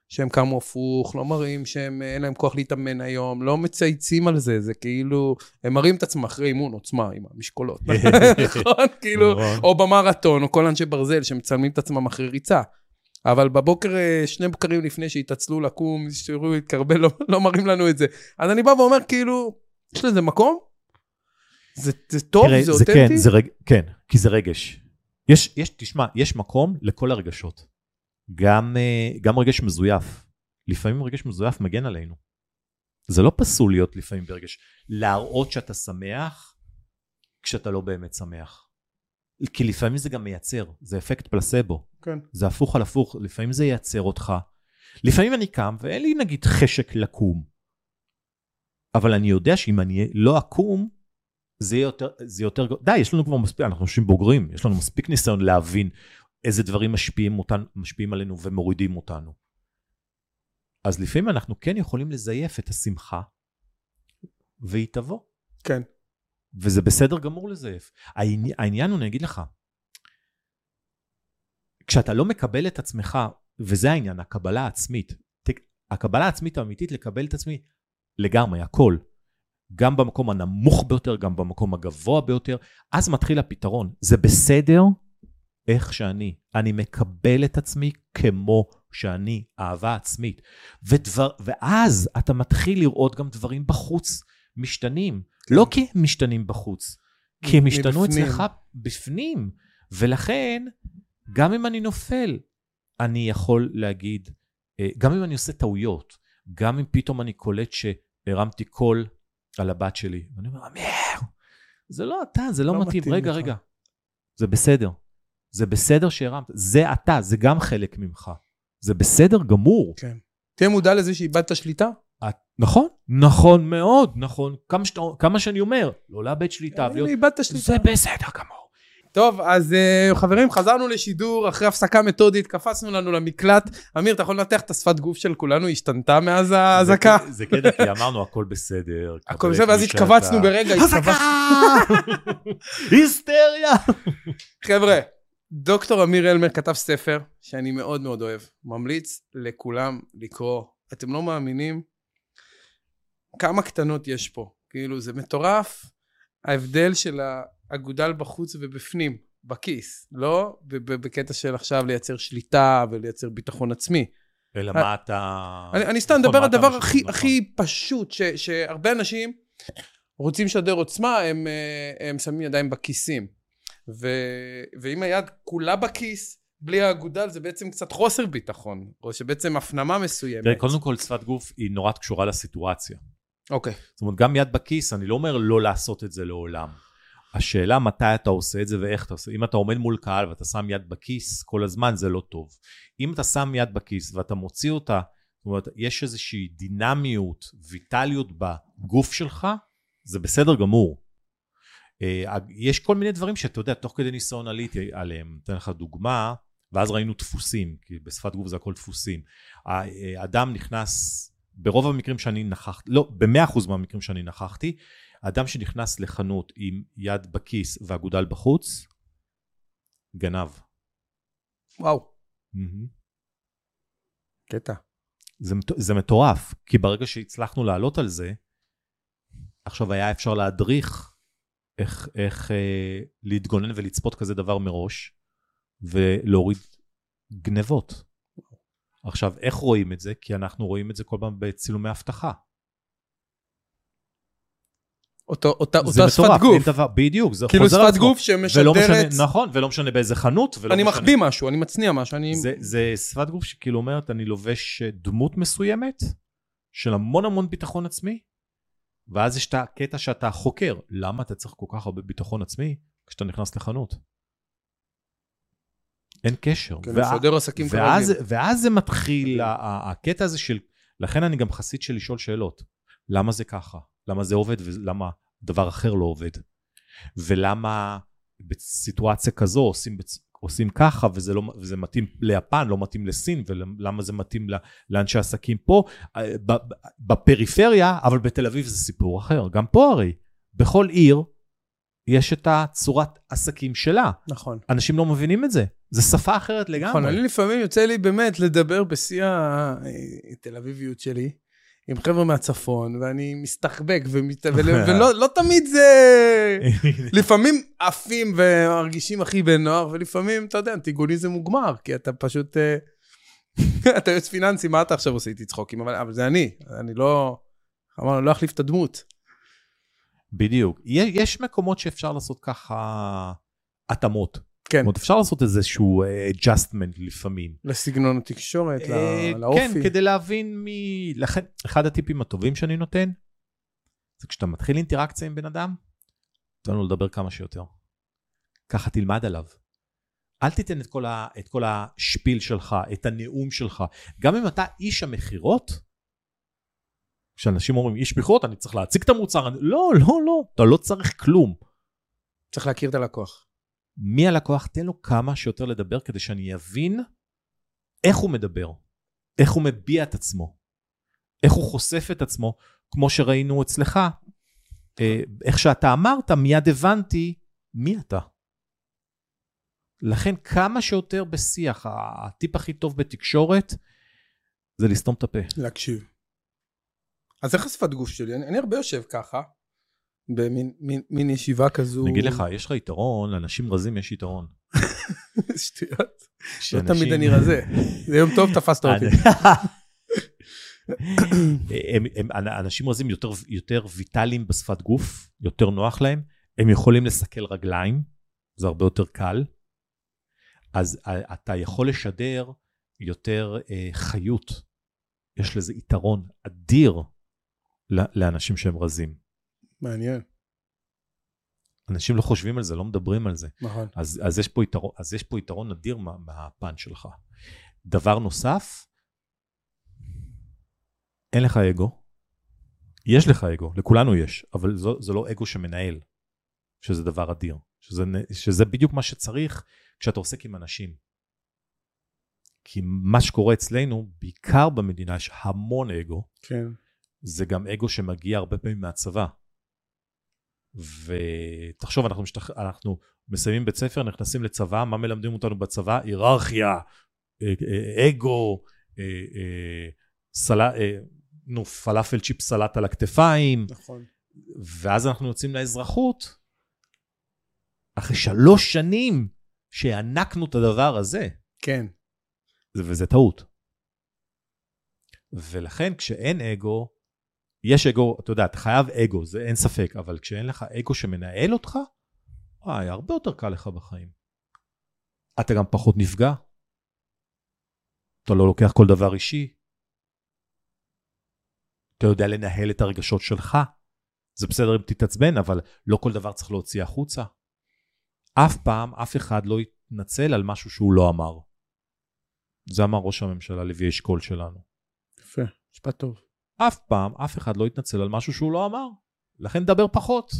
S1: שהם קמו הפוך, לא מראים שהם אין להם כוח להתאמן היום, לא מצייצים על זה, זה כאילו, הם מראים את עצמם אחרי אימון עוצמה עם המשקולות, נכון? כאילו, או במרתון, או כל אנשי ברזל שמצלמים את עצמם אחרי ריצה. אבל בבוקר, שני בוקרים לפני שהתעצלו לקום, שיראו להתקרבל, לא, לא מראים לנו את זה. אז אני בא ואומר, כאילו, יש לזה מקום? זה, זה טוב,
S2: תראה,
S1: זה,
S2: זה
S1: אותנטי?
S2: כן, זה רג... כן, כי זה רגש. יש, יש, תשמע, יש מקום לכל הרגשות. גם, גם רגש מזויף. לפעמים רגש מזויף מגן עלינו. זה לא פסול להיות לפעמים ברגש. להראות שאתה שמח, כשאתה לא באמת שמח. כי לפעמים זה גם מייצר, זה אפקט פלסבו.
S1: כן.
S2: זה הפוך על הפוך, לפעמים זה ייצר אותך. לפעמים אני קם, ואין לי נגיד חשק לקום. אבל אני יודע שאם אני לא אקום, זה יותר, זה יותר, די, יש לנו כבר מספיק, אנחנו אנשים בוגרים, יש לנו מספיק ניסיון להבין איזה דברים משפיעים אותנו, משפיעים עלינו ומורידים אותנו. אז לפעמים אנחנו כן יכולים לזייף את השמחה, והיא תבוא.
S1: כן.
S2: וזה בסדר גמור לזייף. העני, העניין הוא, אני אגיד לך, כשאתה לא מקבל את עצמך, וזה העניין, הקבלה העצמית, הקבלה העצמית האמיתית לקבל את עצמי לגמרי, הכל. גם במקום הנמוך ביותר, גם במקום הגבוה ביותר, אז מתחיל הפתרון. זה בסדר איך שאני. אני מקבל את עצמי כמו שאני, אהבה עצמית. ודבר, ואז אתה מתחיל לראות גם דברים בחוץ משתנים. כן. לא כי הם משתנים בחוץ, כי הם השתנו אצלך בפנים. ולכן, גם אם אני נופל, אני יכול להגיד, גם אם אני עושה טעויות, גם אם פתאום אני קולט שהרמתי קול על הבת שלי, ואני אומר, אמיר, זה לא אתה, זה לא, לא מתאים, מתאים רגע, לך. רגע, זה בסדר, זה בסדר שהרמת, זה אתה, זה גם חלק ממך, זה בסדר גמור.
S1: כן. תהיה מודע לזה שאיבדת שליטה?
S2: את, נכון, נכון מאוד, נכון, כמה, שת, כמה שאני אומר, לא לאבד שליטה,
S1: הנה, איבדת שליטה.
S2: זה בסדר גמור.
S1: טוב, אז uh, חברים, חזרנו לשידור, אחרי הפסקה מתודית, קפצנו לנו למקלט. אמיר, אתה יכול לנתח את השפת גוף של כולנו, השתנתה מאז ההזקה?
S2: זה, זה כדא, כי אמרנו, הכל בסדר.
S1: הכל בסדר, ואז התכווצנו ברגע.
S2: הזקה! היסטריה!
S1: חבר'ה, דוקטור אמיר אלמר כתב ספר, שאני מאוד מאוד אוהב, ממליץ לכולם לקרוא. אתם לא מאמינים כמה קטנות יש פה. כאילו, זה מטורף, ההבדל של ה... אגודל בחוץ ובפנים, בכיס, לא בקטע של עכשיו לייצר שליטה ולייצר ביטחון עצמי.
S2: אלא מה אתה...
S1: אני, אני סתם מדבר על הדבר הכי, הכי פשוט, ש, שהרבה אנשים רוצים לשדר עוצמה, הם, הם שמים ידיים בכיסים. ו, ואם היד כולה בכיס, בלי האגודל, זה בעצם קצת חוסר ביטחון, או שבעצם הפנמה מסוימת.
S2: תראה, קודם כל, שפת גוף היא נורא קשורה לסיטואציה.
S1: אוקיי.
S2: זאת אומרת, גם יד בכיס, אני לא אומר לא לעשות את זה לעולם. השאלה מתי אתה עושה את זה ואיך אתה עושה. אם אתה עומד מול קהל ואתה שם יד בכיס כל הזמן, זה לא טוב. אם אתה שם יד בכיס ואתה מוציא אותה, זאת אומרת, יש איזושהי דינמיות, ויטליות בגוף שלך, זה בסדר גמור. יש כל מיני דברים שאתה יודע, תוך כדי ניסיון עליתי עליהם. אתן לך דוגמה, ואז ראינו דפוסים, כי בשפת גוף זה הכל דפוסים. האדם נכנס, ברוב המקרים שאני נכחתי, לא, במאה אחוז מהמקרים שאני נכחתי, האדם שנכנס לחנות עם יד בכיס ואגודל בחוץ, גנב.
S1: וואו. קטע.
S2: זה, זה מטורף, כי ברגע שהצלחנו לעלות על זה, עכשיו היה אפשר להדריך איך, איך אה, להתגונן ולצפות כזה דבר מראש, ולהוריד גנבות. עכשיו, איך רואים את זה? כי אנחנו רואים את זה כל פעם בצילומי הבטחה.
S1: אותו, אותה, אותה שפת גוף.
S2: דבר, בדיוק, זה
S1: כאילו
S2: חוזר
S1: שפת גוף שמשדרת...
S2: ולא משנה, נכון, ולא משנה באיזה חנות.
S1: אני
S2: משנה...
S1: מחביא משהו, אני מצניע משהו. אני...
S2: זה, זה שפת גוף שכאילו אומרת, אני לובש דמות מסוימת, של המון המון ביטחון עצמי, ואז יש את הקטע שאתה חוקר. למה אתה צריך כל כך הרבה ביטחון עצמי, כשאתה נכנס לחנות? אין קשר.
S1: כן, וה... משדר עסקים
S2: ואז, ואז זה מתחיל, הקטע הזה של... לכן אני גם חסיד של לשאול שאלות. למה זה ככה? למה זה עובד ולמה דבר אחר לא עובד? ולמה בסיטואציה כזו עושים, עושים ככה וזה, לא, וזה מתאים ליפן, לא מתאים לסין, ולמה זה מתאים לאנשי עסקים פה, בפריפריה, אבל בתל אביב זה סיפור אחר. גם פה הרי, בכל עיר יש את הצורת עסקים שלה.
S1: נכון.
S2: אנשים לא מבינים את זה. זה שפה אחרת לגמרי.
S1: נכון, אני לפעמים יוצא לי באמת לדבר בשיא התל אביביות שלי, עם חבר'ה מהצפון, ואני מסתחבק, ולא לא תמיד זה... לפעמים עפים ומרגישים הכי בנוער, ולפעמים, אתה יודע, אנטיגוניזם מוגמר, כי אתה פשוט... אתה יוצא פיננסי, מה אתה עכשיו עושה איתי צחוקים? אבל, אבל זה אני, אני לא... אמרנו, לא אחליף את הדמות.
S2: בדיוק. יש מקומות שאפשר לעשות ככה התאמות.
S1: כן.
S2: זאת אומרת, אפשר לעשות איזשהו adjustment לפעמים.
S1: לסגנון התקשורת, לאופי.
S2: כן, כדי להבין מי... לכן, אחד הטיפים הטובים שאני נותן, זה כשאתה מתחיל אינטראקציה עם בן אדם, תן לו לדבר כמה שיותר. ככה תלמד עליו. אל תיתן את כל, ה, את כל השפיל שלך, את הנאום שלך. גם אם אתה איש המחירות, כשאנשים אומרים איש מכירות, אני צריך להציג את המוצר. אני... לא, לא, לא. אתה לא צריך כלום.
S1: צריך להכיר את הלקוח.
S2: מי הלקוח? תן לו כמה שיותר לדבר, כדי שאני אבין איך הוא מדבר, איך הוא מביע את עצמו, איך הוא חושף את עצמו, כמו שראינו אצלך. איך שאתה אמרת, מיד הבנתי מי אתה. לכן כמה שיותר בשיח, הטיפ הכי טוב בתקשורת, זה לסתום את הפה.
S1: להקשיב. אז איך השפת גוף שלי? אני, אני הרבה יושב ככה, במין מין, מין ישיבה כזו.
S2: נגיד לך, יש לך יתרון, לאנשים רזים יש יתרון.
S1: שטויות. לא תמיד אני רזה. זה יום טוב, תפסת אותי.
S2: אנשים רזים יותר, יותר ויטליים בשפת גוף, יותר נוח להם, הם יכולים לסכל רגליים, זה הרבה יותר קל. אז אתה יכול לשדר יותר אה, חיות. יש לזה יתרון אדיר לאנשים שהם רזים.
S1: מעניין.
S2: אנשים לא חושבים על זה, לא מדברים על זה.
S1: נכון.
S2: אז, אז, יש פה יתרון, אז יש פה יתרון אדיר מה, מהפן שלך. דבר נוסף, אין לך אגו. יש לך אגו, לכולנו יש, אבל זה, זה לא אגו שמנהל, שזה דבר אדיר. שזה, שזה בדיוק מה שצריך כשאתה עוסק עם אנשים. כי מה שקורה אצלנו, בעיקר במדינה, יש המון אגו.
S1: כן.
S2: זה גם אגו שמגיע הרבה פעמים מהצבא. ותחשוב, אנחנו, משתח... אנחנו מסיימים בית ספר, נכנסים לצבא, מה מלמדים אותנו בצבא? היררכיה, אגו, סל... נו, פלאפל צ'יפ סלט על הכתפיים.
S1: נכון.
S2: ואז אנחנו יוצאים לאזרחות, אחרי שלוש שנים שהענקנו את הדבר הזה.
S1: כן.
S2: וזה טעות. ולכן כשאין אגו, יש אגו, אתה יודע, אתה חייב אגו, זה אין ספק, אבל כשאין לך אגו שמנהל אותך, וואי, הרבה יותר קל לך בחיים. אתה גם פחות נפגע. אתה לא לוקח כל דבר אישי. אתה יודע לנהל את הרגשות שלך. זה בסדר אם תתעצבן, אבל לא כל דבר צריך להוציא החוצה. אף פעם, אף אחד לא יתנצל על משהו שהוא לא אמר. זה אמר ראש הממשלה לוי אשכול שלנו.
S1: יפה, משפט טוב.
S2: אף פעם, אף אחד לא יתנצל על משהו שהוא לא אמר. לכן דבר פחות.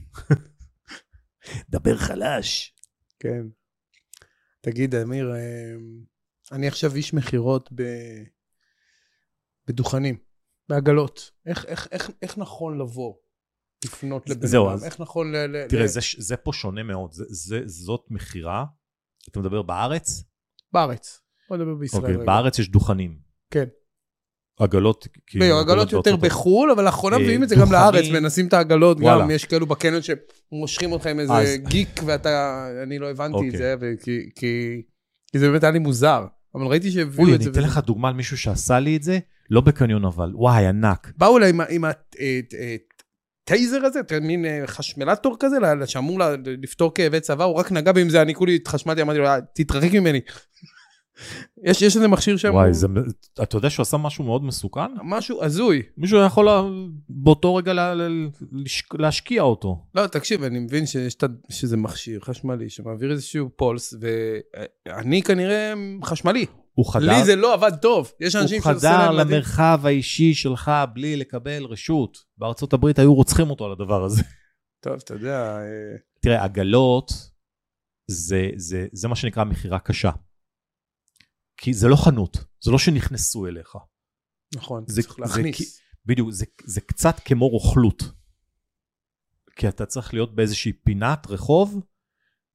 S2: דבר חלש.
S1: כן. תגיד, אמיר, אני עכשיו איש מחירות ב... בדוכנים, בעגלות. איך, איך, איך, איך נכון לבוא? לפנות לבן אדם? איך נכון ל...
S2: תראה, זה, זה פה שונה מאוד. זה, זה, זאת מחירה. אתה מדבר בארץ?
S1: בארץ. בוא נדבר בישראל.
S2: אוקיי, בארץ יש דוכנים.
S1: כן.
S2: עגלות,
S1: עגלות יותר בחול, אבל לאחרונה מביאים את זה גם לארץ, מנסים את העגלות, גם יש כאלו בקניון שמושכים אותך עם איזה גיק, ואתה, אני לא הבנתי את זה, כי זה באמת היה לי מוזר, אבל ראיתי שהביאו את זה.
S2: אני אתן לך דוגמה על מישהו שעשה לי את זה, לא בקניון אבל, וואי, ענק.
S1: באו אליי עם הטייזר הזה, מין חשמלטור כזה, שאמור לפתור כאבי צבא, הוא רק נגע בי עם זה, אני כולי התחשמלתי, אמרתי לו, תתרחק ממני. יש, יש איזה מכשיר שם.
S2: וואי, זה, אתה יודע שהוא עשה משהו מאוד מסוכן?
S1: משהו הזוי.
S2: מישהו יכול באותו רגע לה, להשקיע אותו.
S1: לא, תקשיב, אני מבין שיש, שזה מכשיר חשמלי, שמעביר איזשהו פולס, ואני כנראה חשמלי.
S2: הוא חדר,
S1: לי זה לא עבד טוב. יש אנשים
S2: הוא חדר למרחב האישי שלך, בלי לקבל רשות. בארצות הברית היו רוצחים אותו על הדבר הזה.
S1: טוב, אתה יודע.
S2: תראה, עגלות, זה, זה, זה מה שנקרא מחירה קשה. כי זה לא חנות, זה לא שנכנסו אליך.
S1: נכון,
S2: זה,
S1: צריך להכניס.
S2: זה, בדיוק, זה, זה קצת כמו רוכלות. כי אתה צריך להיות באיזושהי פינת רחוב,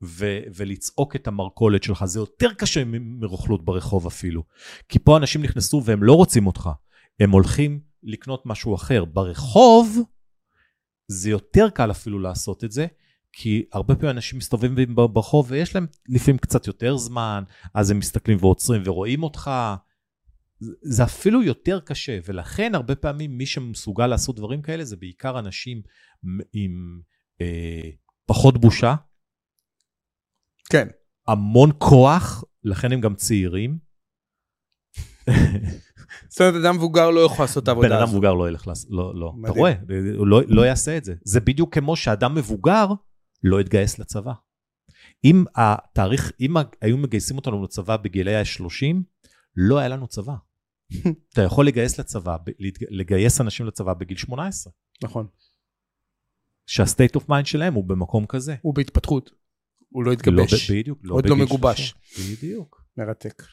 S2: ו- ולצעוק את המרקולת שלך, זה יותר קשה מ- מרוכלות ברחוב אפילו. כי פה אנשים נכנסו והם לא רוצים אותך, הם הולכים לקנות משהו אחר. ברחוב, זה יותר קל אפילו לעשות את זה, כי הרבה פעמים אנשים מסתובבים ברחוב, ויש להם לפעמים קצת יותר זמן, אז הם מסתכלים ועוצרים ורואים אותך, זה אפילו יותר קשה, ולכן הרבה פעמים מי שמסוגל לעשות דברים כאלה, זה בעיקר אנשים עם אה, פחות בושה,
S1: כן.
S2: המון כוח, לכן הם גם צעירים.
S1: זאת אומרת, אדם מבוגר לא יכול לעשות את העבודה
S2: בן
S1: הזאת.
S2: אדם מבוגר לא ילך לעשות, לא, לא. אתה רואה, הוא לא, לא יעשה את זה. זה בדיוק כמו שאדם מבוגר לא יתגייס לצבא. אם התאריך, אם היו מגייסים אותנו לצבא בגילי ה-שלושים, לא היה לנו צבא. אתה יכול לגייס לצבא, לגייס אנשים לצבא בגיל שמונה עשרה.
S1: נכון.
S2: שהסטייט אוף מיינד שלהם הוא במקום כזה.
S1: הוא בהתפתחות. הוא לא התגבש.
S2: לא, בדיוק.
S1: עוד לא מגובש.
S2: בדיוק.
S1: מרתק.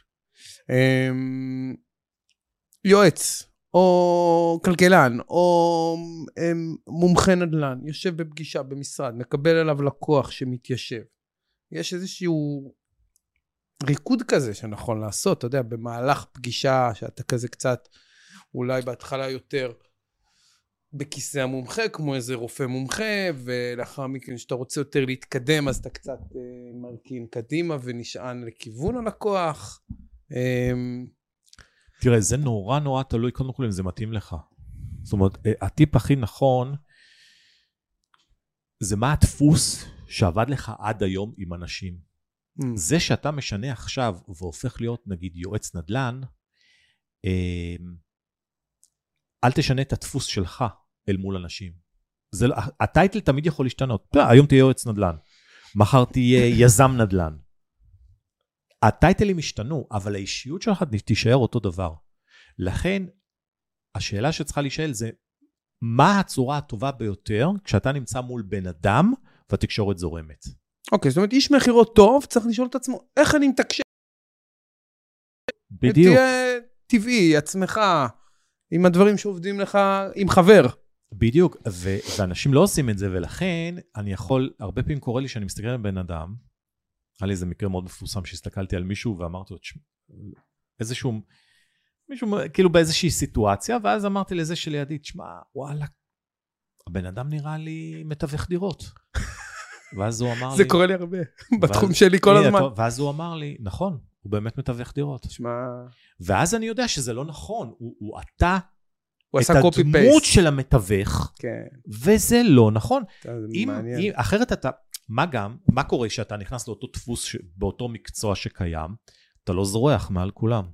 S1: יועץ, או כלכלן, או מומחה נדל"ן, יושב בפגישה במשרד, מקבל עליו לקוח שמתיישב. יש איזשהו ריקוד כזה שנכון לעשות, אתה יודע, במהלך פגישה, שאתה כזה קצת, אולי בהתחלה יותר בכיסא המומחה, כמו איזה רופא מומחה, ולאחר מכן שאתה רוצה יותר להתקדם, אז אתה קצת אה, מרכין קדימה ונשען לכיוון הלקוח. אה,
S2: תראה, זה נורא נורא תלוי, קודם כל אם זה מתאים לך. זאת אומרת, הטיפ הכי נכון, זה מה הדפוס שעבד לך עד היום עם אנשים. Mm. זה שאתה משנה עכשיו, והופך להיות נגיד יועץ נדל"ן, אה, אל תשנה את הדפוס שלך אל מול אנשים. זה, הטייטל תמיד יכול להשתנות. היום תהיה יועץ נדל"ן, מחר תהיה יזם נדל"ן. הטייטלים השתנו, אבל האישיות שלך תישאר אותו דבר. לכן, השאלה שצריכה להישאל זה, מה הצורה הטובה ביותר כשאתה נמצא מול בן אדם והתקשורת זורמת?
S1: אוקיי, זאת אומרת, איש מחירות טוב צריך לשאול את עצמו, איך אני מתקשר?
S2: בדיוק.
S1: תהיה טבעי, עצמך, עם הדברים שעובדים לך, עם חבר.
S2: בדיוק, ו- ואנשים לא עושים את זה, ולכן אני יכול, הרבה פעמים קורה לי שאני מסתכל על בן אדם, היה לי איזה מקרה מאוד מפורסם שהסתכלתי על מישהו ואמרתי לו, איזשהו, מישהו כאילו באיזושהי סיטואציה, ואז אמרתי לזה שלידי, תשמע, וואלה, הבן אדם נראה לי מתווך דירות. ואז הוא אמר לי...
S1: זה קורה לי הרבה, בתחום שלי כל הזמן.
S2: ואז הוא אמר לי, נכון, הוא באמת מתווך דירות.
S1: תשמע...
S2: ואז אני יודע שזה לא נכון, הוא עתה
S1: את
S2: הדמות של המתווך, וזה לא נכון. אחרת אתה... מה גם, מה קורה שאתה נכנס לאותו דפוס באותו מקצוע שקיים, אתה לא זורח מעל כולם.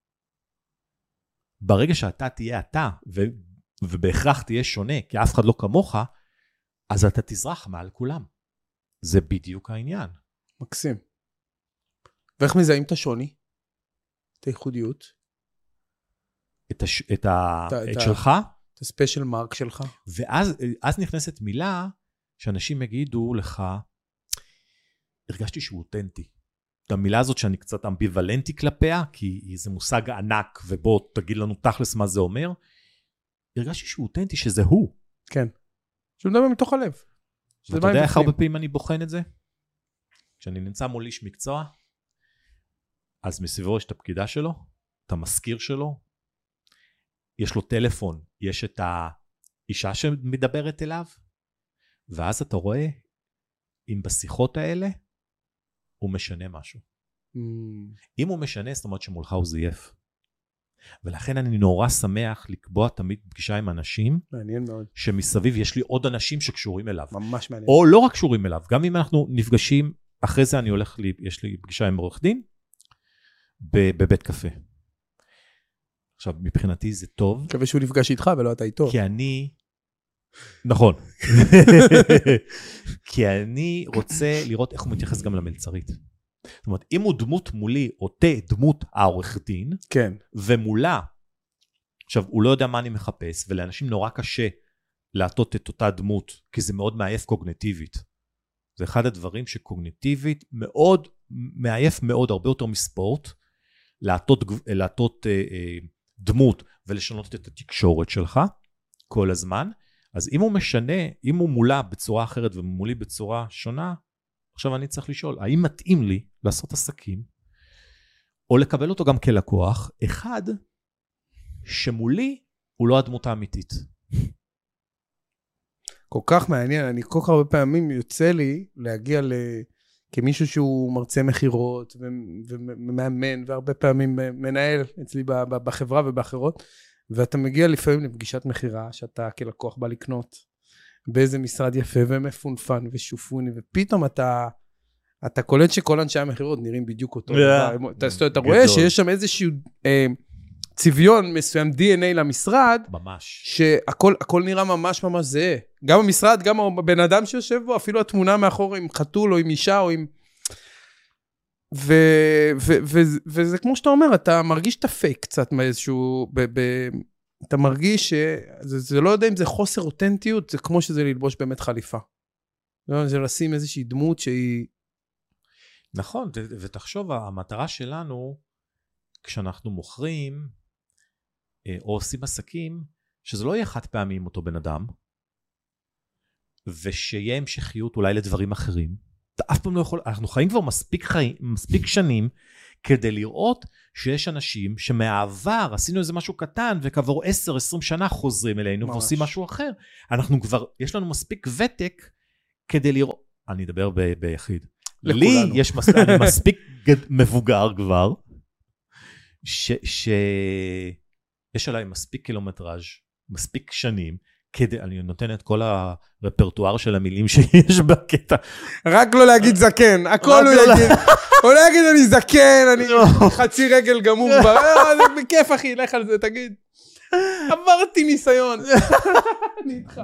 S2: ברגע שאתה תהיה אתה, ו, ובהכרח תהיה שונה, כי אף אחד לא כמוך, אז אתה תזרח מעל כולם. זה בדיוק העניין.
S1: מקסים. ואיך מזהים את השוני? את הייחודיות?
S2: את, הש, את, ה, את, את שלך?
S1: את הספיישל מרק שלך?
S2: ואז אז נכנסת מילה, שאנשים יגידו לך, הרגשתי שהוא אותנטי. המילה הזאת שאני קצת אמביוולנטי כלפיה, כי זה מושג ענק, ובוא תגיד לנו תכלס מה זה אומר, הרגשתי שהוא אותנטי, שזה הוא.
S1: כן. שהוא מדבר מתוך הלב.
S2: ואתה יודע איך הרבה פעמים אני בוחן את זה? כשאני נמצא מול איש מקצוע, אז מסביבו יש את הפקידה שלו, את המזכיר שלו, יש לו טלפון, יש את האישה שמדברת אליו, ואז אתה רואה, אם בשיחות האלה, הוא משנה משהו. Mm. אם הוא משנה, זאת אומרת שמולך הוא זייף. ולכן אני נורא שמח לקבוע תמיד פגישה עם אנשים,
S1: מעניין מאוד.
S2: שמסביב יש לי עוד אנשים שקשורים אליו.
S1: ממש מעניין.
S2: או לא רק קשורים אליו, גם אם אנחנו נפגשים, אחרי זה אני הולך, לי, יש לי פגישה עם עורך דין, בבית קפה. עכשיו, מבחינתי זה טוב. מקווה
S1: שהוא נפגש איתך ולא אתה איתו.
S2: כי אני... נכון. כי אני רוצה לראות איך הוא מתייחס גם למלצרית. זאת אומרת, אם הוא דמות מולי, או תה דמות העורך דין,
S1: כן.
S2: ומולה, עכשיו, הוא לא יודע מה אני מחפש, ולאנשים נורא קשה להטות את אותה דמות, כי זה מאוד מעייף קוגניטיבית. זה אחד הדברים שקוגניטיבית מאוד, מעייף מאוד, הרבה יותר מספורט, להטות, להטות אה, אה, דמות, ולשנות את התקשורת שלך, כל הזמן. אז אם הוא משנה, אם הוא מולה בצורה אחרת, ומולי בצורה שונה, עכשיו אני צריך לשאול, האם מתאים לי לעשות עסקים, או לקבל אותו גם כלקוח, אחד, שמולי הוא לא הדמות האמיתית.
S1: כל כך מעניין, אני כל כך הרבה פעמים יוצא לי להגיע ל... כמישהו שהוא מרצה מחירות ומאמן, והרבה פעמים מנהל אצלי בחברה ובאחרות, ואתה מגיע לפעמים לפגישת מחירה, שאתה כלקוח בא לקנות באיזה משרד יפה ומפונפן ושופוני, ופתאום אתה, אתה קולט שכל אנשי המחירות נראים בדיוק אותו דבר. אתה, אתה רואה שיש שם איזשהו אה, צביון מסוים, די אן איי למשרד,
S2: ממש.
S1: שהכל הכל נראה ממש ממש זהה. גם המשרד, גם הבן אדם שיושב בו, אפילו התמונה מאחור עם חתול או עם אישה או עם... ו, ו, ו, ו, וזה כמו שאתה אומר, אתה מרגיש את הפייק קצת מאיזשהו... ב, ב, אתה מרגיש שזה זה לא יודע אם זה חוסר אותנטיות, זה כמו שזה ללבוש באמת חליפה. זה לשים איזושהי דמות שהיא...
S2: נכון, ותחשוב, המטרה שלנו, כשאנחנו מוכרים, או עושים עסקים, שזה לא יהיה חד פעמי עם אותו בן אדם, ושיהיה המשכיות אולי לדברים אחרים. אתה אף פעם לא יכול, אנחנו חיים כבר מספיק, חיים, מספיק שנים, כדי לראות שיש אנשים שמעבר עשינו איזה משהו קטן, וכעבור עשר עשרים שנה חוזרים אלינו, ממש. ועושים משהו אחר. אנחנו כבר, יש לנו מספיק ותק, כדי לראות, אני אדבר ב, ביחיד. לכולנו. לי יש מס, אני מספיק מבוגר כבר, ש, ש... יש עליי מספיק קילומטראז', מספיק שנים, כדי, אני נותן את כל הרפרטואר של המילים שיש בקטע.
S1: רק לא להגיד זקן, הכל הוא יגיד. הוא לא יגיד אני זקן, אני חצי רגל גמור, זה בכיף אחי, לך על זה, תגיד. עברתי ניסיון. אני איתך.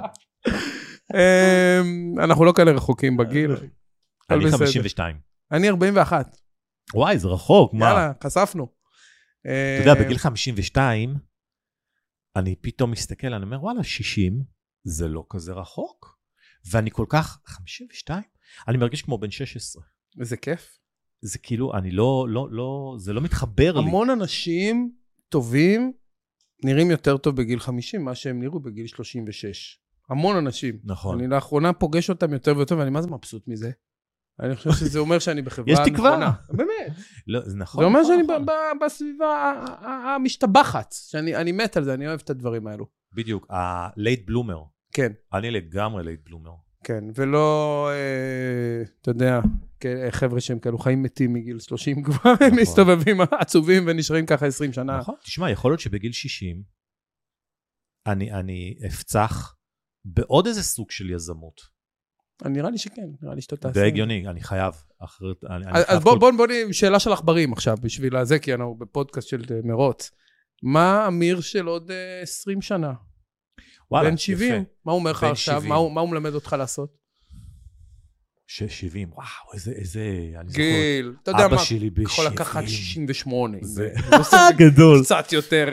S1: אנחנו לא כאלה רחוקים בגיל.
S2: אני חמישים ושתיים.
S1: אני ארבעים ואחת.
S2: וואי, זה רחוק, מה?
S1: יאללה, חשפנו.
S2: אתה יודע, בגיל חמישים ושתיים, אני פתאום מסתכל, אני אומר, וואלה, שישים, זה לא כזה רחוק. ואני כל כך, חמישים ושתיים? אני מרגיש כמו בן שש עשרה.
S1: איזה כיף.
S2: זה כאילו, אני לא, לא, לא, זה לא מתחבר לי.
S1: המון אנשים טובים נראים יותר טוב בגיל חמישים, מה שהם נראו בגיל שלושים ושש. המון אנשים.
S2: נכון.
S1: אני לאחרונה פוגש אותם יותר ויותר, ואני מה זה מבסוט מזה? אני חושב שזה אומר שאני בחברה
S2: נכונה. יש תקווה.
S1: באמת.
S2: לא, זה נכון.
S1: זה אומר שאני בסביבה המשתבחת, שאני מת על זה, אני אוהב את הדברים האלו.
S2: בדיוק, ה-late bloomer.
S1: כן.
S2: אני לגמרי late bloomer.
S1: כן, ולא, אתה יודע, חבר'ה שהם כאלו חיים מתים מגיל שלושים כבר, הם מסתובבים עצובים ונשארים ככה עשרים שנה.
S2: נכון, תשמע, יכול להיות שבגיל שישים, אני אפצח בעוד איזה סוג של יזמות.
S1: נראה לי שכן, נראה לי שאתה תעשה.
S2: זה הגיוני, אני חייב.
S1: אז בואו נהיה שאלה של עכברים עכשיו, בשביל הזה, כי אנחנו בפודקאסט של מרוץ. מה אמיר של עוד עשרים שנה? בן שבעים. מה הוא אומר לך עכשיו? מה הוא מלמד אותך לעשות?
S2: שבעים, וואו, איזה...
S1: גיל, אתה יודע מה, יכול לקחת שישים ושמונה. זה
S2: גדול.
S1: קצת יותר...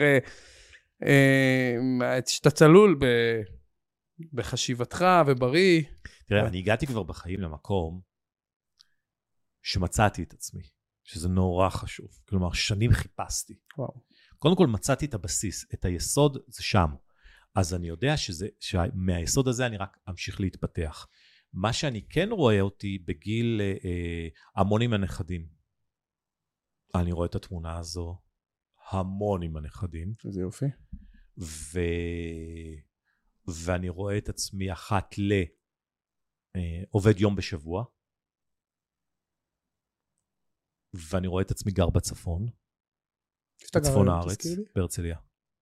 S1: שאתה צלול בחשיבתך ובריא.
S2: תראה, אני הגעתי כבר בחיים למקום שמצאתי את עצמי, שזה נורא חשוב. כלומר, שנים חיפשתי.
S1: וואו.
S2: קודם כל מצאתי את הבסיס, את היסוד, זה שם. אז אני יודע שזה, שמהיסוד הזה אני רק אמשיך להתפתח. מה שאני כן רואה אותי בגיל אה, המון עם הנכדים. אני רואה את התמונה הזו המון עם הנכדים.
S1: זה יופי.
S2: ו... ואני רואה את עצמי אחת ל... עובד יום בשבוע, ואני רואה את עצמי גר בצפון, בצפון הארץ, בהרצליה.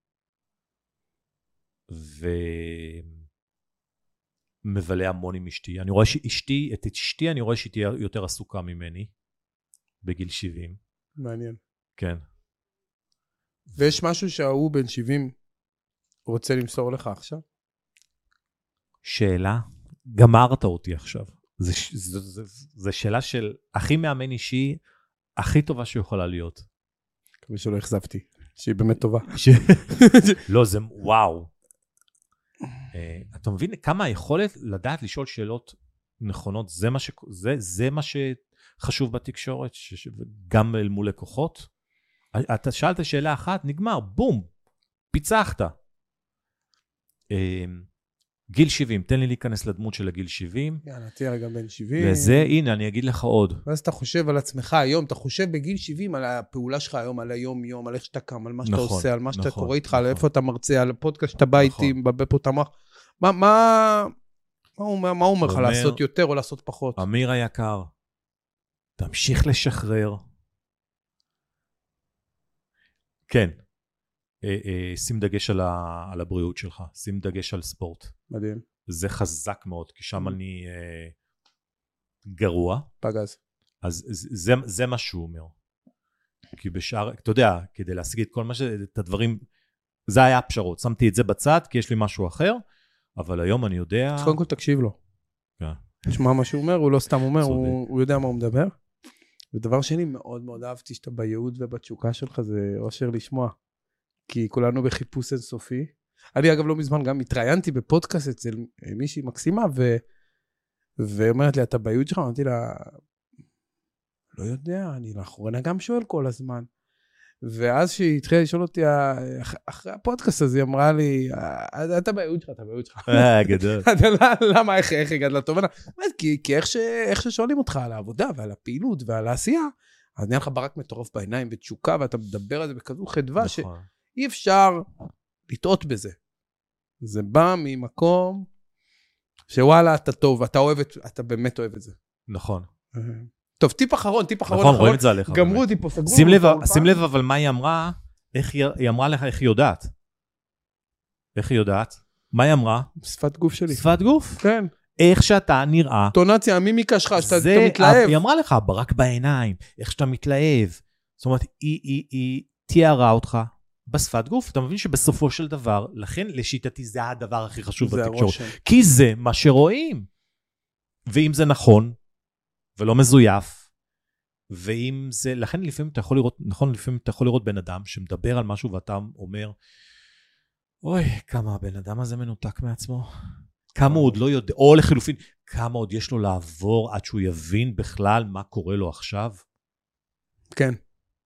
S2: ומבלה המון עם אשתי. אני רואה שאשתי, את אשתי אני רואה שהיא תהיה יותר עסוקה ממני, בגיל שבעים.
S1: מעניין.
S2: כן.
S1: ויש משהו שההוא בן שבעים רוצה למסור לך עכשיו?
S2: שאלה? גמרת אותי עכשיו. זה, זה, זה, זה שאלה של הכי מאמן אישי, הכי טובה שיכולה להיות.
S1: כמי שלא החזבתי, שהיא באמת טובה. ש...
S2: לא, זה וואו. אתה מבין כמה היכולת לדעת לשאול שאלות נכונות, זה מה, ש... זה, זה מה שחשוב בתקשורת, ש... גם אל מול לקוחות. אתה שאלת שאלה אחת, נגמר, בום, פיצחת. גיל שבעים, תן לי להיכנס לדמות של הגיל שבעים.
S1: יאללה, תהיה רגע בן שבעים.
S2: וזה, הנה, אני אגיד לך עוד.
S1: ואז אתה חושב על עצמך היום, אתה חושב בגיל שבעים על הפעולה שלך היום, על היום-יום, על איך שאתה קם, על מה שאתה עושה, על מה שאתה קורא איתך, על איפה אתה מרצה, על הפודקאסט שאתה בא איתי, מבבה פה את המוח. מה, מה, מה הוא אומר לך, לעשות יותר או לעשות פחות?
S2: אמיר היקר, תמשיך לשחרר. כן. שים דגש על, ה, על הבריאות שלך, שים דגש על ספורט.
S1: מדהים.
S2: זה חזק מאוד, כי שם אני אה, גרוע.
S1: פגז.
S2: אז זה, זה מה שהוא אומר. כי בשאר, אתה יודע, כדי להשיג את כל מה ש... את הדברים, זה היה הפשרות. שמתי את זה בצד, כי יש לי משהו אחר, אבל היום אני יודע...
S1: קודם כל תקשיב לו.
S2: כן.
S1: תשמע מה שהוא אומר, הוא לא סתם אומר, הוא, הוא יודע מה הוא מדבר. ודבר שני, מאוד מאוד אהבתי שאתה בייעוד ובתשוקה שלך, זה אושר לשמוע. כי כולנו בחיפוש אינסופי. אני אגב לא מזמן גם התראיינתי בפודקאסט אצל מישהי מקסימה, ו... ואומרת לי, אתה בייעוד שלך? אמרתי לה, לא יודע, אני לאחרונה גם שואל כל הזמן. ואז שהיא התחילה לשאול אותי, אחרי הפודקאסט הזה, היא אמרה לי, אתה בייעוד שלך, אתה בייעוד שלך.
S2: אה, גדול.
S1: למה, איך, איך הגעת לתובנה? כי, כי איך, ש, איך ששואלים אותך על העבודה ועל הפעילות ועל העשייה, אז נהיה לך ברק מטורף בעיניים ותשוקה, ואתה מדבר על זה בכזו חדווה, ש... אי אפשר לטעות בזה. זה בא ממקום שוואלה, אתה טוב, אתה אוהב את, אתה באמת אוהב את זה.
S2: נכון.
S1: טוב, טיפ אחרון, טיפ אחרון.
S2: נכון, רואים את זה עליך.
S1: גמרו אותי פה, סגרו.
S2: שים לב, שים לב אבל מה היא אמרה, איך היא אמרה לך, איך היא יודעת? איך היא יודעת? מה היא אמרה?
S1: שפת גוף שלי.
S2: שפת גוף?
S1: כן.
S2: איך שאתה נראה.
S1: טונציה, המימיקה שלך, שאתה מתלהב.
S2: היא אמרה לך, ברק בעיניים, איך שאתה מתלהב. זאת אומרת, היא, היא, היא תיארה אותך בשפת גוף. אתה מבין שבסופו של דבר, לכן לשיטתי זה הדבר הכי חשוב בתקשורת. כי זה מה שרואים. ואם זה נכון, ולא מזויף, ואם זה, לכן לפעמים אתה יכול לראות, נכון, לפעמים אתה יכול לראות בן אדם שמדבר על משהו ואתה אומר, אוי, כמה הבן אדם הזה מנותק מעצמו. כמה עוד לא יודע, או לחילופין, כמה עוד יש לו לעבור עד שהוא יבין בכלל מה קורה לו עכשיו.
S1: כן.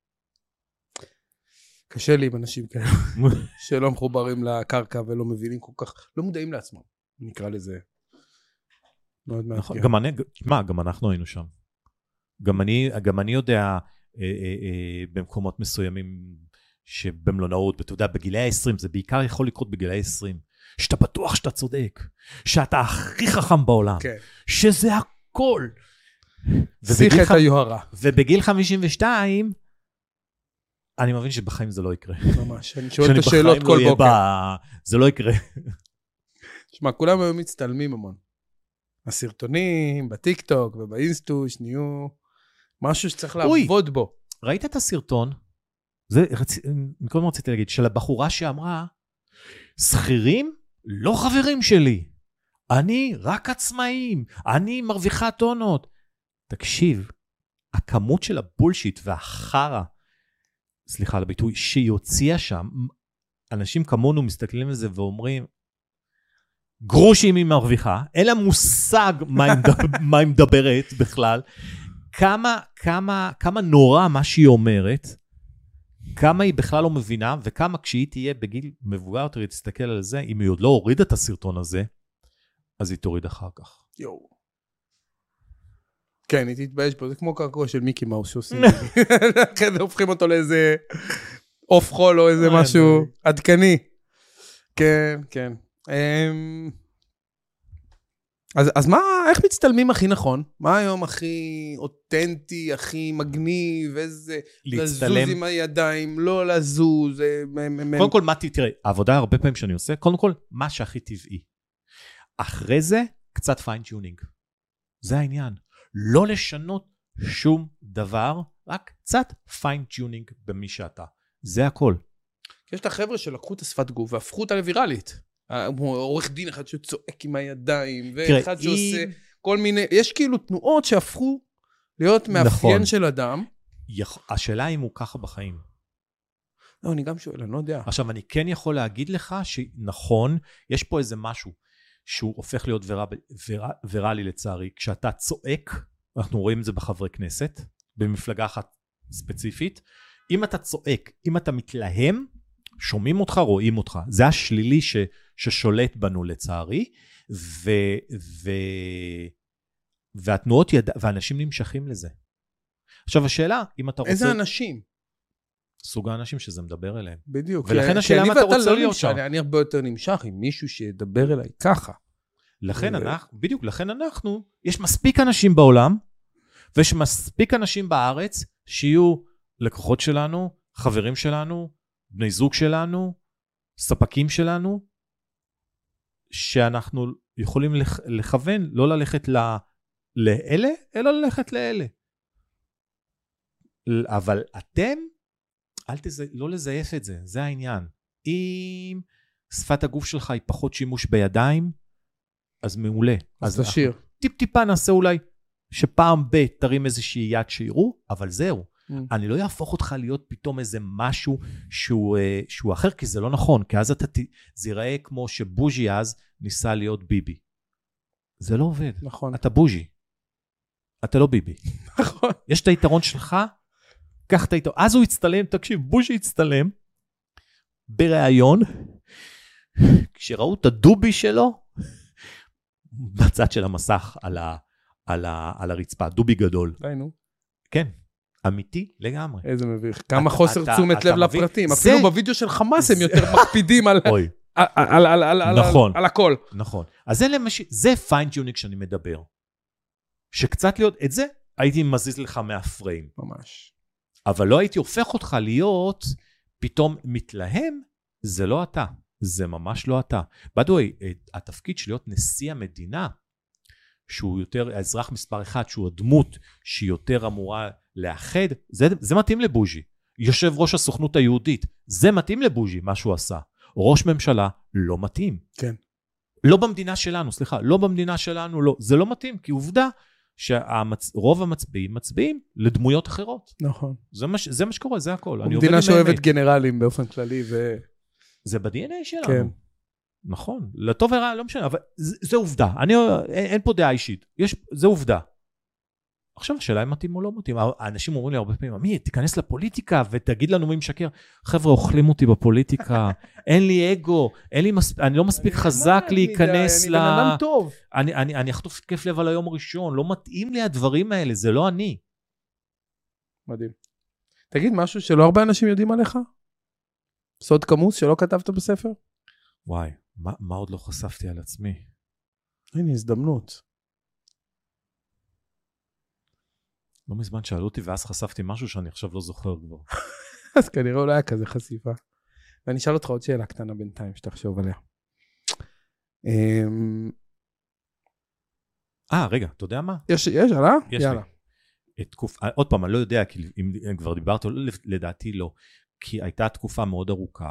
S1: קשה לי עם אנשים כאלה, שלא מחוברים לקרקע ולא מבינים כל כך, לא מודעים לעצמם, נקרא לזה. מאוד מאתגר.
S2: גם אני, מה, גם אנחנו היינו שם. גם אני, גם אני יודע, אה, אה, אה, במקומות מסוימים, שבמלונאות, אתה יודע, בגילי ה-עשרים, זה בעיקר יכול לקרות בגילי ה-עשרים, שאתה בטוח שאתה צודק, שאתה הכי חכם בעולם, כן. שזה הכל.
S1: שיח את היוהרה.
S2: ובגיל חמישים ושתיים, אני מבין שבחיים זה לא יקרה.
S1: ממש, אני שואל את השאלות כל בוקר.
S2: זה לא יקרה.
S1: שמע, כולם היום מצטלמים המון. הסרטונים, בטיק טוק ובאינסטוש, נהיו משהו שצריך לעבוד בו.
S2: ראית את הסרטון? זה, מקודם רציתי להגיד, של הבחורה שאמרה, שכירים לא חברים שלי. אני רק עצמאים. אני מרוויחה טונות. תקשיב, הכמות של הבולשיט והחרה, סליחה על הביטוי, שיוציאה שם, אנשים כמונו מסתכלים על זה ואומרים, גרושים היא מרוויחה, אין לה מושג מה היא מדברת בכלל, כמה, כמה, כמה נורא מה שהיא אומרת, כמה היא בכלל לא מבינה, וכמה כשהיא תהיה בגיל מבוגר יותר, היא תסתכל על זה, אם היא עוד לא הורידה את הסרטון הזה, אז היא תוריד אחר כך.
S1: יואו. כן, היא תתבייש פה, זה כמו קרקוע של מיקי מאוס שעושים. אחרי זה הופכים אותו לאיזה אוף חול או איזה משהו עדכני. כן, כן. אז, אז מה, איך מצטלמים הכי נכון? מה היום הכי אותנטי, הכי מגניב, איזה לזוז עם הידיים, לא לזוז.
S2: קודם כל, מה תראה, העבודה הרבה פעמים שאני עושה, קודם כל, מה שהכי טבעי. אחרי זה, קצת פיינטיונינג. זה העניין. לא לשנות שום דבר, רק קצת פיינטיונינג במי שאתה. זה הכל.
S1: יש את החבר'ה שלקחו את השפת גוף והפכו אותה לווירלית. עורך דין אחד שצועק עם הידיים, ואחד שעושה כל מיני, יש כאילו תנועות שהפכו להיות מאפיין של אדם.
S2: השאלה אם הוא ככה בחיים.
S1: לא, אני גם שואל, אני לא יודע.
S2: עכשיו, אני כן יכול להגיד לך שנכון, יש פה איזה משהו שהוא הופך להיות ויראלי לצערי. כשאתה צועק, אנחנו רואים את זה בחברי כנסת, במפלגה אחת ספציפית, אם אתה צועק, אם אתה מתלהם, שומעים אותך, רואים אותך. זה השלילי ש, ששולט בנו לצערי, ו, ו, והתנועות יד... ואנשים נמשכים לזה. עכשיו השאלה, אם אתה רוצה...
S1: איזה אנשים?
S2: סוג האנשים שזה מדבר אליהם.
S1: בדיוק.
S2: ולכן כי, השאלה, אם אתה רוצה להיות שם.
S1: אני, אני הרבה יותר נמשך עם מישהו שידבר אליי ככה.
S2: לכן ו... אנחנו, בדיוק, לכן אנחנו, יש מספיק אנשים בעולם, ויש מספיק אנשים בארץ, שיהיו לקוחות שלנו, חברים שלנו, בני זוג שלנו, ספקים שלנו, שאנחנו יכולים לכ... לכוון, לא ללכת ל... לאלה, אלא ללכת לאלה. אבל אתם, אל תז... לא לזייף את זה, זה העניין. אם שפת הגוף שלך היא פחות שימוש בידיים, אז מעולה.
S1: אז תשאיר.
S2: טיפ טיפה נעשה אולי, שפעם ב' תרים איזושהי יד שיראו, אבל זהו. Mm. אני לא יהפוך אותך להיות פתאום איזה משהו שהוא, שהוא אחר, כי זה לא נכון, כי אז אתה, זה ייראה כמו שבוז'י אז ניסה להיות ביבי. זה לא עובד.
S1: נכון.
S2: אתה בוז'י. אתה לא ביבי.
S1: נכון.
S2: יש את היתרון שלך, קח את היתרון. אז הוא הצטלם, תקשיב, בוז'י הצטלם, בראיון, כשראו את הדובי שלו, בצד של המסך על, ה, על, ה, על הרצפה, דובי גדול.
S1: דיינו.
S2: כן, אמיתי לגמרי.
S1: איזה מביך. כמה חוסר תשומת לב לפרטים. אפילו בווידאו של חמאס הם יותר מקפידים על...
S2: אוי.
S1: על, על, על,
S2: נכון,
S1: על, על הכל.
S2: נכון. אז זה, למש... זה פיינטיונינג שאני מדבר. שקצת להיות, את זה הייתי מזיז לך מהפריים.
S1: ממש.
S2: אבל לא הייתי הופך אותך להיות פתאום מתלהם, זה לא אתה. זה ממש לא אתה. בדוי, התפקיד של להיות נשיא המדינה, שהוא יותר, האזרח מספר אחד, שהוא הדמות שהיא יותר אמורה לאחד, זה, זה מתאים לבוז'י. יושב ראש הסוכנות היהודית, זה מתאים לבוז'י, מה שהוא עשה. ראש ממשלה לא מתאים.
S1: כן.
S2: לא במדינה שלנו, סליחה, לא במדינה שלנו, לא. זה לא מתאים, כי עובדה שרוב המצביעים מצביעים לדמויות אחרות.
S1: נכון.
S2: זה מה, זה מה שקורה, זה הכל.
S1: במדינה שאוהבת גנרלים באופן כללי ו...
S2: זה ב-די אן איי שלנו.
S1: כן.
S2: נכון. לטוב ורע, לא משנה, אבל זה, זה עובדה. אני, אין, אין פה דעה אישית. יש, זה עובדה. עכשיו, השאלה אם מתאים או לא מתאים. האנשים אומרים לי הרבה פעמים, אמי, תיכנס לפוליטיקה ותגיד לנו מי משקר. חבר'ה, אוכלים אותי בפוליטיקה. אין לי אגו, אין לי מספ... אני לא מספיק חזק להיכנס ל...
S1: אני בן אדם טוב.
S2: אני, אני, אני אחטוף כיף לב על היום הראשון. לא מתאים לי הדברים האלה, זה לא אני.
S1: מדהים. תגיד משהו שלא הרבה אנשים יודעים עליך? סוד כמוס שלא כתבת בספר?
S2: וואי, מה, מה עוד לא חשפתי על עצמי?
S1: הנה, הזדמנות.
S2: לא מזמן שאלו אותי, ואז חשפתי משהו שאני עכשיו לא זוכר כבר.
S1: אז כנראה אולי היה כזה חשיפה. ואני אשאל אותך עוד שאלה קטנה בינתיים, שתחשוב עליה.
S2: אה, רגע, אתה יודע מה?
S1: יש, יש, עלה?
S2: יש
S1: יאללה.
S2: לי. תקוף, עוד פעם, אני לא יודע, כי אם כבר דיברת, לדעתי לא. כי הייתה תקופה מאוד ארוכה,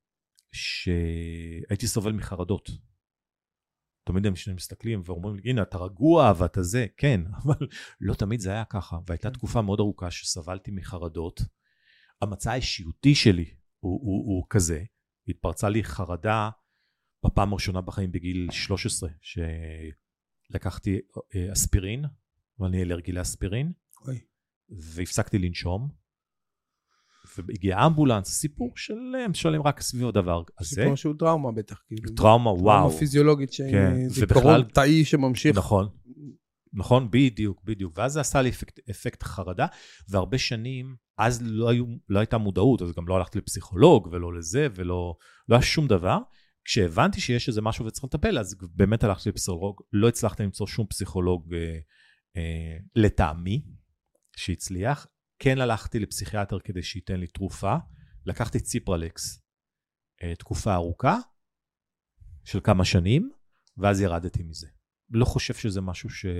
S2: שהייתי סובל מחרדות. תמיד הם מסתכלים ואומרים לי, הנה, אתה רגוע ואתה זה, כן, אבל לא תמיד זה היה ככה. והייתה תקופה מאוד ארוכה שסבלתי מחרדות. המצע האישיותי שלי הוא, הוא, הוא כזה. התפרצה לי חרדה בפעם הראשונה בחיים בגיל שלוש עשרה, שלקחתי אספירין, ואני אלרגי לאספירין,
S1: אוי.
S2: והפסקתי לנשום. והגיע אמבולנס, סיפור שלם, שלם רק סביב הדבר הזה.
S1: סיפור שהוא טראומה בטח.
S2: טראומה, וואו.
S1: טראומה פיזיולוגית, זה קרון תאי שממשיך.
S2: נכון, נכון, בדיוק, בדיוק. ואז זה עשה לי אפקט, אפקט חרדה, והרבה שנים, אז לא, היו, לא הייתה מודעות, אז גם לא הלכתי לפסיכולוג, ולא לזה, ולא לא היה שום דבר. כשהבנתי שיש איזה משהו וצריך לטפל, אז באמת הלכתי לפסיכולוג, לא הצלחתי למצוא שום פסיכולוג אה, אה, לטעמי, שהצליח. כן הלכתי לפסיכיאטר כדי שייתן לי תרופה, לקחתי ציפרלקס תקופה ארוכה, של כמה שנים, ואז ירדתי מזה. לא חושב שזה משהו ש...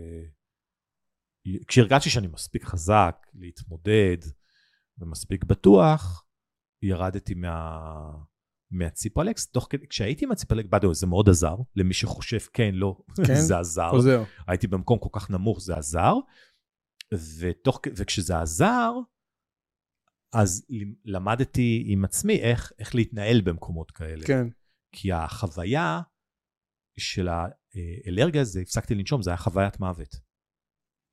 S2: כשהרגשתי שאני מספיק חזק להתמודד, ומספיק בטוח, ירדתי מה... מהציפרלקס, תוך כדי, כשהייתי עם הציפרלקס, בדיוק, זה מאוד עזר, למי שחושב כן, לא, כן? זה עזר.
S1: חוזר.
S2: הייתי במקום כל כך נמוך, זה עזר, ותוך, וכשזה עזר, אז למדתי עם עצמי איך, איך להתנהל במקומות כאלה.
S1: כן.
S2: כי החוויה של האלרגיה הזה, הפסקתי לנשום, זה היה חוויית מוות.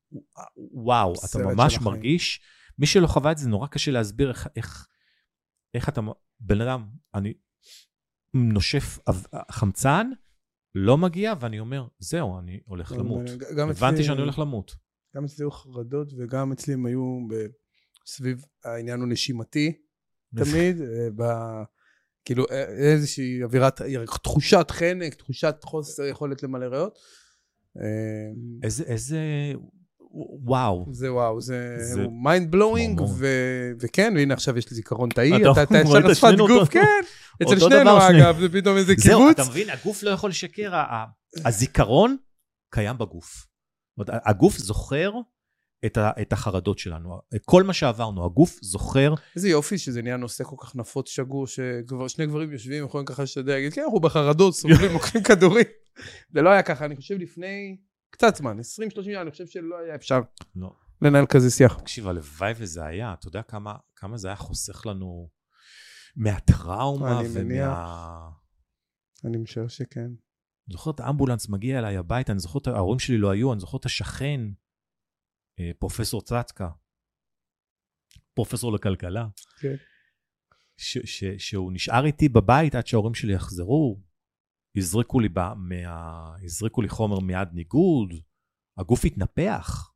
S2: וואו, אתה ממש מרגיש, מי שלא חווה את זה, נורא קשה להסביר איך, איך, איך אתה, בן אדם, אני נושף חמצן, לא מגיע, ואני אומר, זהו, אני הולך למות. הבנתי שאני הולך למות.
S1: גם אצלי היו חרדות, וגם אצלי הם היו סביב העניין הנשימתי, תמיד, כאילו איזושהי אווירת, תחושת חנק, תחושת חוסר יכולת למלא ריאות.
S2: איזה, איזה, וואו.
S1: זה וואו, זה מיינד בלואינג, וכן, והנה עכשיו יש לי זיכרון תאי, אתה ישר שפת גוף, כן, אצל שנינו אגב, זה פתאום איזה קיבוץ.
S2: זהו, אתה מבין, הגוף לא יכול לשקר, הזיכרון קיים בגוף. הגוף זוכר את החרדות שלנו, כל מה שעברנו, הגוף זוכר.
S1: איזה יופי שזה נהיה נושא כל כך נפוץ שגור, ששני גברים יושבים, יכולים ככה שתדע, להגיד, כן, אנחנו בחרדות, סובלים, לוקחים כדורים. זה לא היה ככה, אני חושב לפני קצת זמן, עשרים שלושים שנה, אני חושב שלא היה אפשר לנהל כזה שיח.
S2: תקשיב, הלוואי וזה היה, אתה יודע כמה זה היה חוסך לנו מהטראומה ומה...
S1: אני משער שכן.
S2: אני זוכר את האמבולנס מגיע אליי הביתה, אני זוכר את ההורים שלי לא היו, אני זוכר את השכן, פרופסור צטקה, פרופסור לכלכלה,
S1: כן.
S2: שהוא נשאר איתי בבית עד שההורים שלי יחזרו, הזריקו לי, מה, הזריקו לי חומר מיד ניגוד, הגוף התנפח.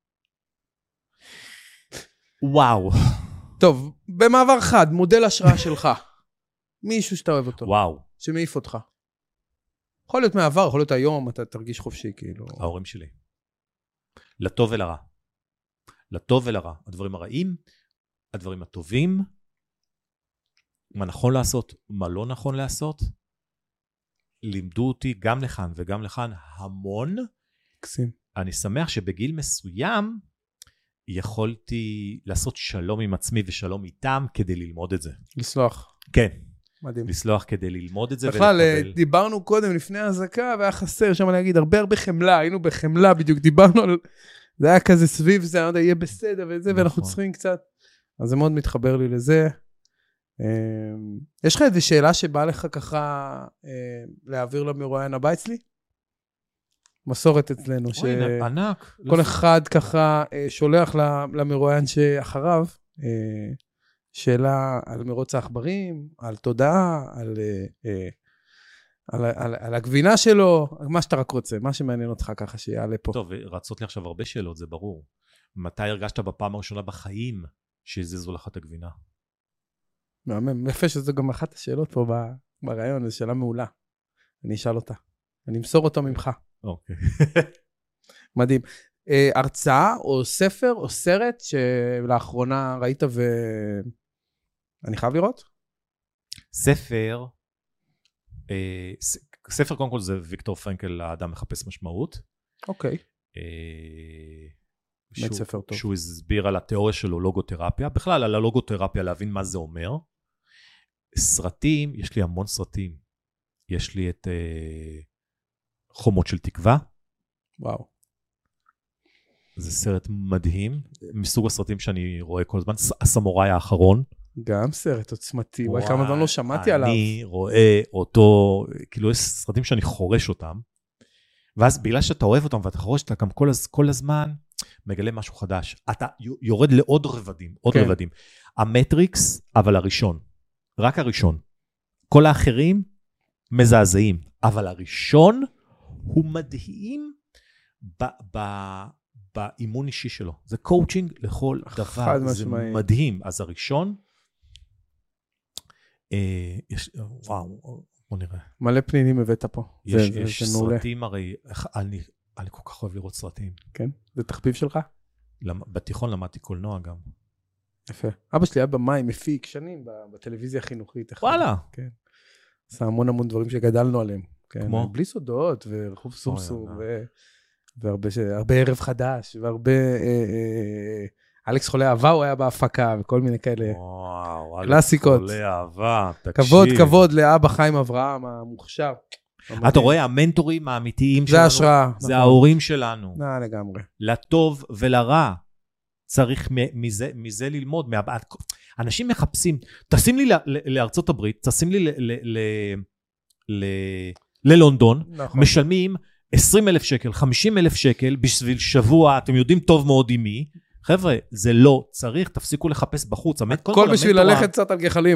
S2: וואו.
S1: טוב, במעבר חד, מודל השראה שלך. מישהו שאתה אוהב אותו.
S2: וואו.
S1: שמעיף אותך. יכול להיות מעבר, יכול להיות היום, אתה תרגיש חופשי, כאילו.
S2: ההורים שלי. לטוב ולרע. לטוב ולרע. הדברים הרעים, הדברים הטובים, מה נכון לעשות, מה לא נכון לעשות, לימדו אותי גם לכאן וגם לכאן המון.
S1: קסים.
S2: אני שמח שבגיל מסוים יכולתי לעשות שלום עם עצמי ושלום איתם כדי ללמוד את זה.
S1: לסלוח.
S2: כן.
S1: מדהים.
S2: לסלוח כדי ללמוד את זה.
S1: בכלל, דיברנו קודם לפני ההזקה, והיה חסר שם להגיד הרבה הרבה חמלה, היינו בחמלה בדיוק, דיברנו על, זה היה כזה סביב זה, אני יודע, יהיה בסדר וזה, נכון. ואנחנו צריכים קצת, אז זה מאוד מתחבר לי לזה. יש לך איזו שאלה שבאה לך ככה להעביר למרואיין הבא אצלי? מסורת אצלנו, שכל אחד ככה שולח למרואיין שאחריו, שאלה על מרוץ העכברים, על תודעה, על, על, על, על הגבינה שלו, מה שאתה רק רוצה, מה שמעניין אותך ככה שיעלה פה.
S2: טוב, רצות לי עכשיו הרבה שאלות, זה ברור. מתי הרגשת בפעם הראשונה בחיים שהזיזו לך את הגבינה?
S1: מהמם, יפה שזו גם אחת השאלות פה ברעיון, זו שאלה מעולה. אני אשאל אותה. אני אמסור אותו ממך.
S2: אוקיי.
S1: מדהים. הרצאה או ספר או סרט שלאחרונה ראית ואני חייב לראות?
S2: ספר, ספר קודם כל זה ויקטור פרנקל, האדם מחפש משמעות.
S1: אוקיי.
S2: שהוא, ספר טוב. שהוא הסביר על התיאוריה שלו, לוגותרפיה, בכלל על הלוגותרפיה, להבין מה זה אומר. סרטים, יש לי המון סרטים. יש לי את uh, חומות של תקווה.
S1: וואו.
S2: זה סרט מדהים, מסוג הסרטים שאני רואה כל הזמן, הסמוראי האחרון.
S1: גם סרט עוצמתי, וואי, כמה זמן לא שמעתי עליו.
S2: אני רואה אותו, כאילו יש סרטים שאני חורש אותם, ואז בגלל שאתה אוהב אותם ואתה חורש אותם כל, כל הזמן, מגלה משהו חדש. אתה יורד לעוד רבדים, עוד כן. רבדים. המטריקס, אבל הראשון. רק הראשון. כל האחרים מזעזעים. אבל הראשון הוא מדהים ב, ב, באימון אישי שלו. זה קואוצ'ינג לכל דבר. זה משמעי. מדהים. אז הראשון, אה, יש, וואו, בוא נראה.
S1: מלא פנינים הבאת פה.
S2: יש, זה, יש זה סרטים הרי, אני, אני כל כך אוהב לראות סרטים.
S1: כן? זה תחביב שלך?
S2: בתיכון למדתי קולנוע גם.
S1: יפה. אבא שלי היה במים, מפיק שנים בטלוויזיה החינוכית.
S2: וואלה.
S1: כן. עשה המון המון דברים שגדלנו עליהם. כן.
S2: כמו?
S1: בלי סודות, ורחוב סומסום, ו... והרבה ש... הרבה ערב חדש, והרבה... אה, אה, אלכס חולה אהבה הוא היה בהפקה, וכל מיני כאלה
S2: וואו,
S1: קלאסיקות.
S2: אלכס חולה אהבה, תקשיב.
S1: כבוד, כבוד לאבא חיים אברהם, המוכשר.
S2: אתה רואה, המנטורים האמיתיים
S1: שלנו, זה השראה.
S2: זה ההורים שלנו.
S1: נע, לגמרי.
S2: לטוב ולרע. צריך מזה, מזה ללמוד. אנשים מחפשים, תשים לי לארצות הברית, תשים לי ללונדון, משלמים עשרים אלף שקל, חמישים אלף שקל, בשביל שבוע, אתם יודעים טוב מאוד עם מי, חבר'ה, זה לא צריך, תפסיקו לחפש בחוץ.
S1: הכל בשביל ללכת קצת על גחלים.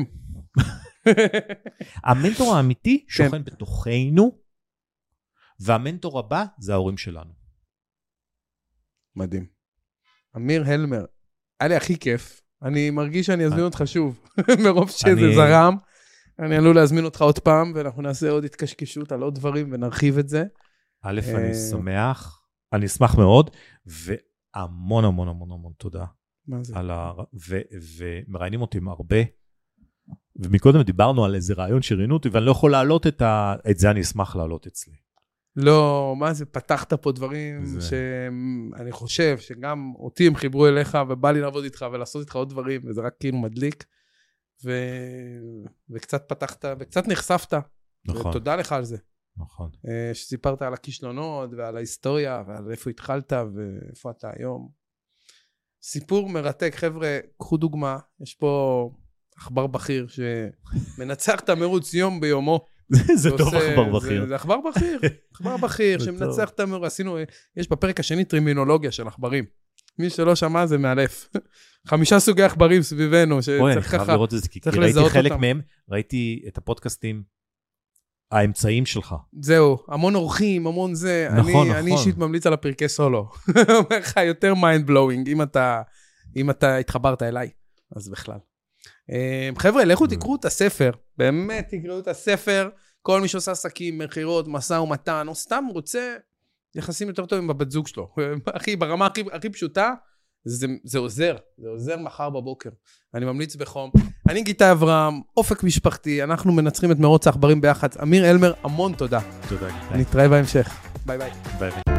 S2: המנטור האמיתי שוכן בתוכנו, והמנטור הבא זה ההורים שלנו.
S1: מדהים. אמיר הלמר, היה לי הכי כיף. אני מרגיש שאני אזמין אותך שוב, מרוב שזה זרם. אני עלול להזמין אותך עוד פעם, ואנחנו נעשה עוד התקשקשות על עוד דברים, ונרחיב את זה.
S2: א', אני שמח, אני אשמח מאוד, והמון המון המון המון תודה.
S1: מה זה?
S2: ומראיינים אותי עם הרבה, ומקודם דיברנו על איזה רעיון שראיינו אותי, ואני לא יכול להעלות את ה... את זה אני אשמח להעלות אצלי.
S1: לא, מה זה, פתחת פה דברים שאני חושב שגם אותי הם חיברו אליך, ובא לי לעבוד איתך ולעשות איתך עוד דברים, וזה רק כאילו מדליק, ו... וקצת פתחת, וקצת נחשפת.
S2: נכון.
S1: ותודה לך על זה.
S2: נכון.
S1: שסיפרת על הכישלונות, ועל ההיסטוריה, ועל איפה התחלת, ואיפה אתה היום. סיפור מרתק, חבר'ה, קחו דוגמה, יש פה אכבר בכיר, שמנצח את המרוץ יום ביומו,
S2: זה טוב אכבר בכיר.
S1: זה אכבר בכיר, אכבר בכיר, שמנצח את המרוץ, עשינו, יש בפרק השני טרימינולוגיה של אכברים. מי שלא שמע זה מאלף. חמישה סוגי אכברים סביבנו, שצריך ככה,
S2: לראות את זה, כי ראיתי חלק מהם, ראיתי את הפודקאסטים, האמצעים שלך.
S1: זהו, המון אורחים, המון זה,
S2: נכון, נכון.
S1: אני אישית ממליץ על הפרקי סולו. אומר לך יותר mind blowing, אם אתה, אם אתה התחברת אליי, אז בכלל. חבר'ה, לכו תקראו את הספר, באמת תקראו את הספר, כל מי שעושה עסקים, מחירות, משא ומתן, או סתם רוצה יחסים יותר טובים בבת זוג שלו. אחי, ברמה הכי, הכי פשוטה, זה, זה עוזר, זה עוזר מחר בבוקר. אני ממליץ בחום. אני גיטה אברהם, אופק משפחתי, אנחנו מנצחים את מרוץ העכברים ביחד. אמיר הלמר, המון תודה.
S2: תודה גיטה.
S1: נתראה בהמשך. ביי ביי.
S2: ביי ביי.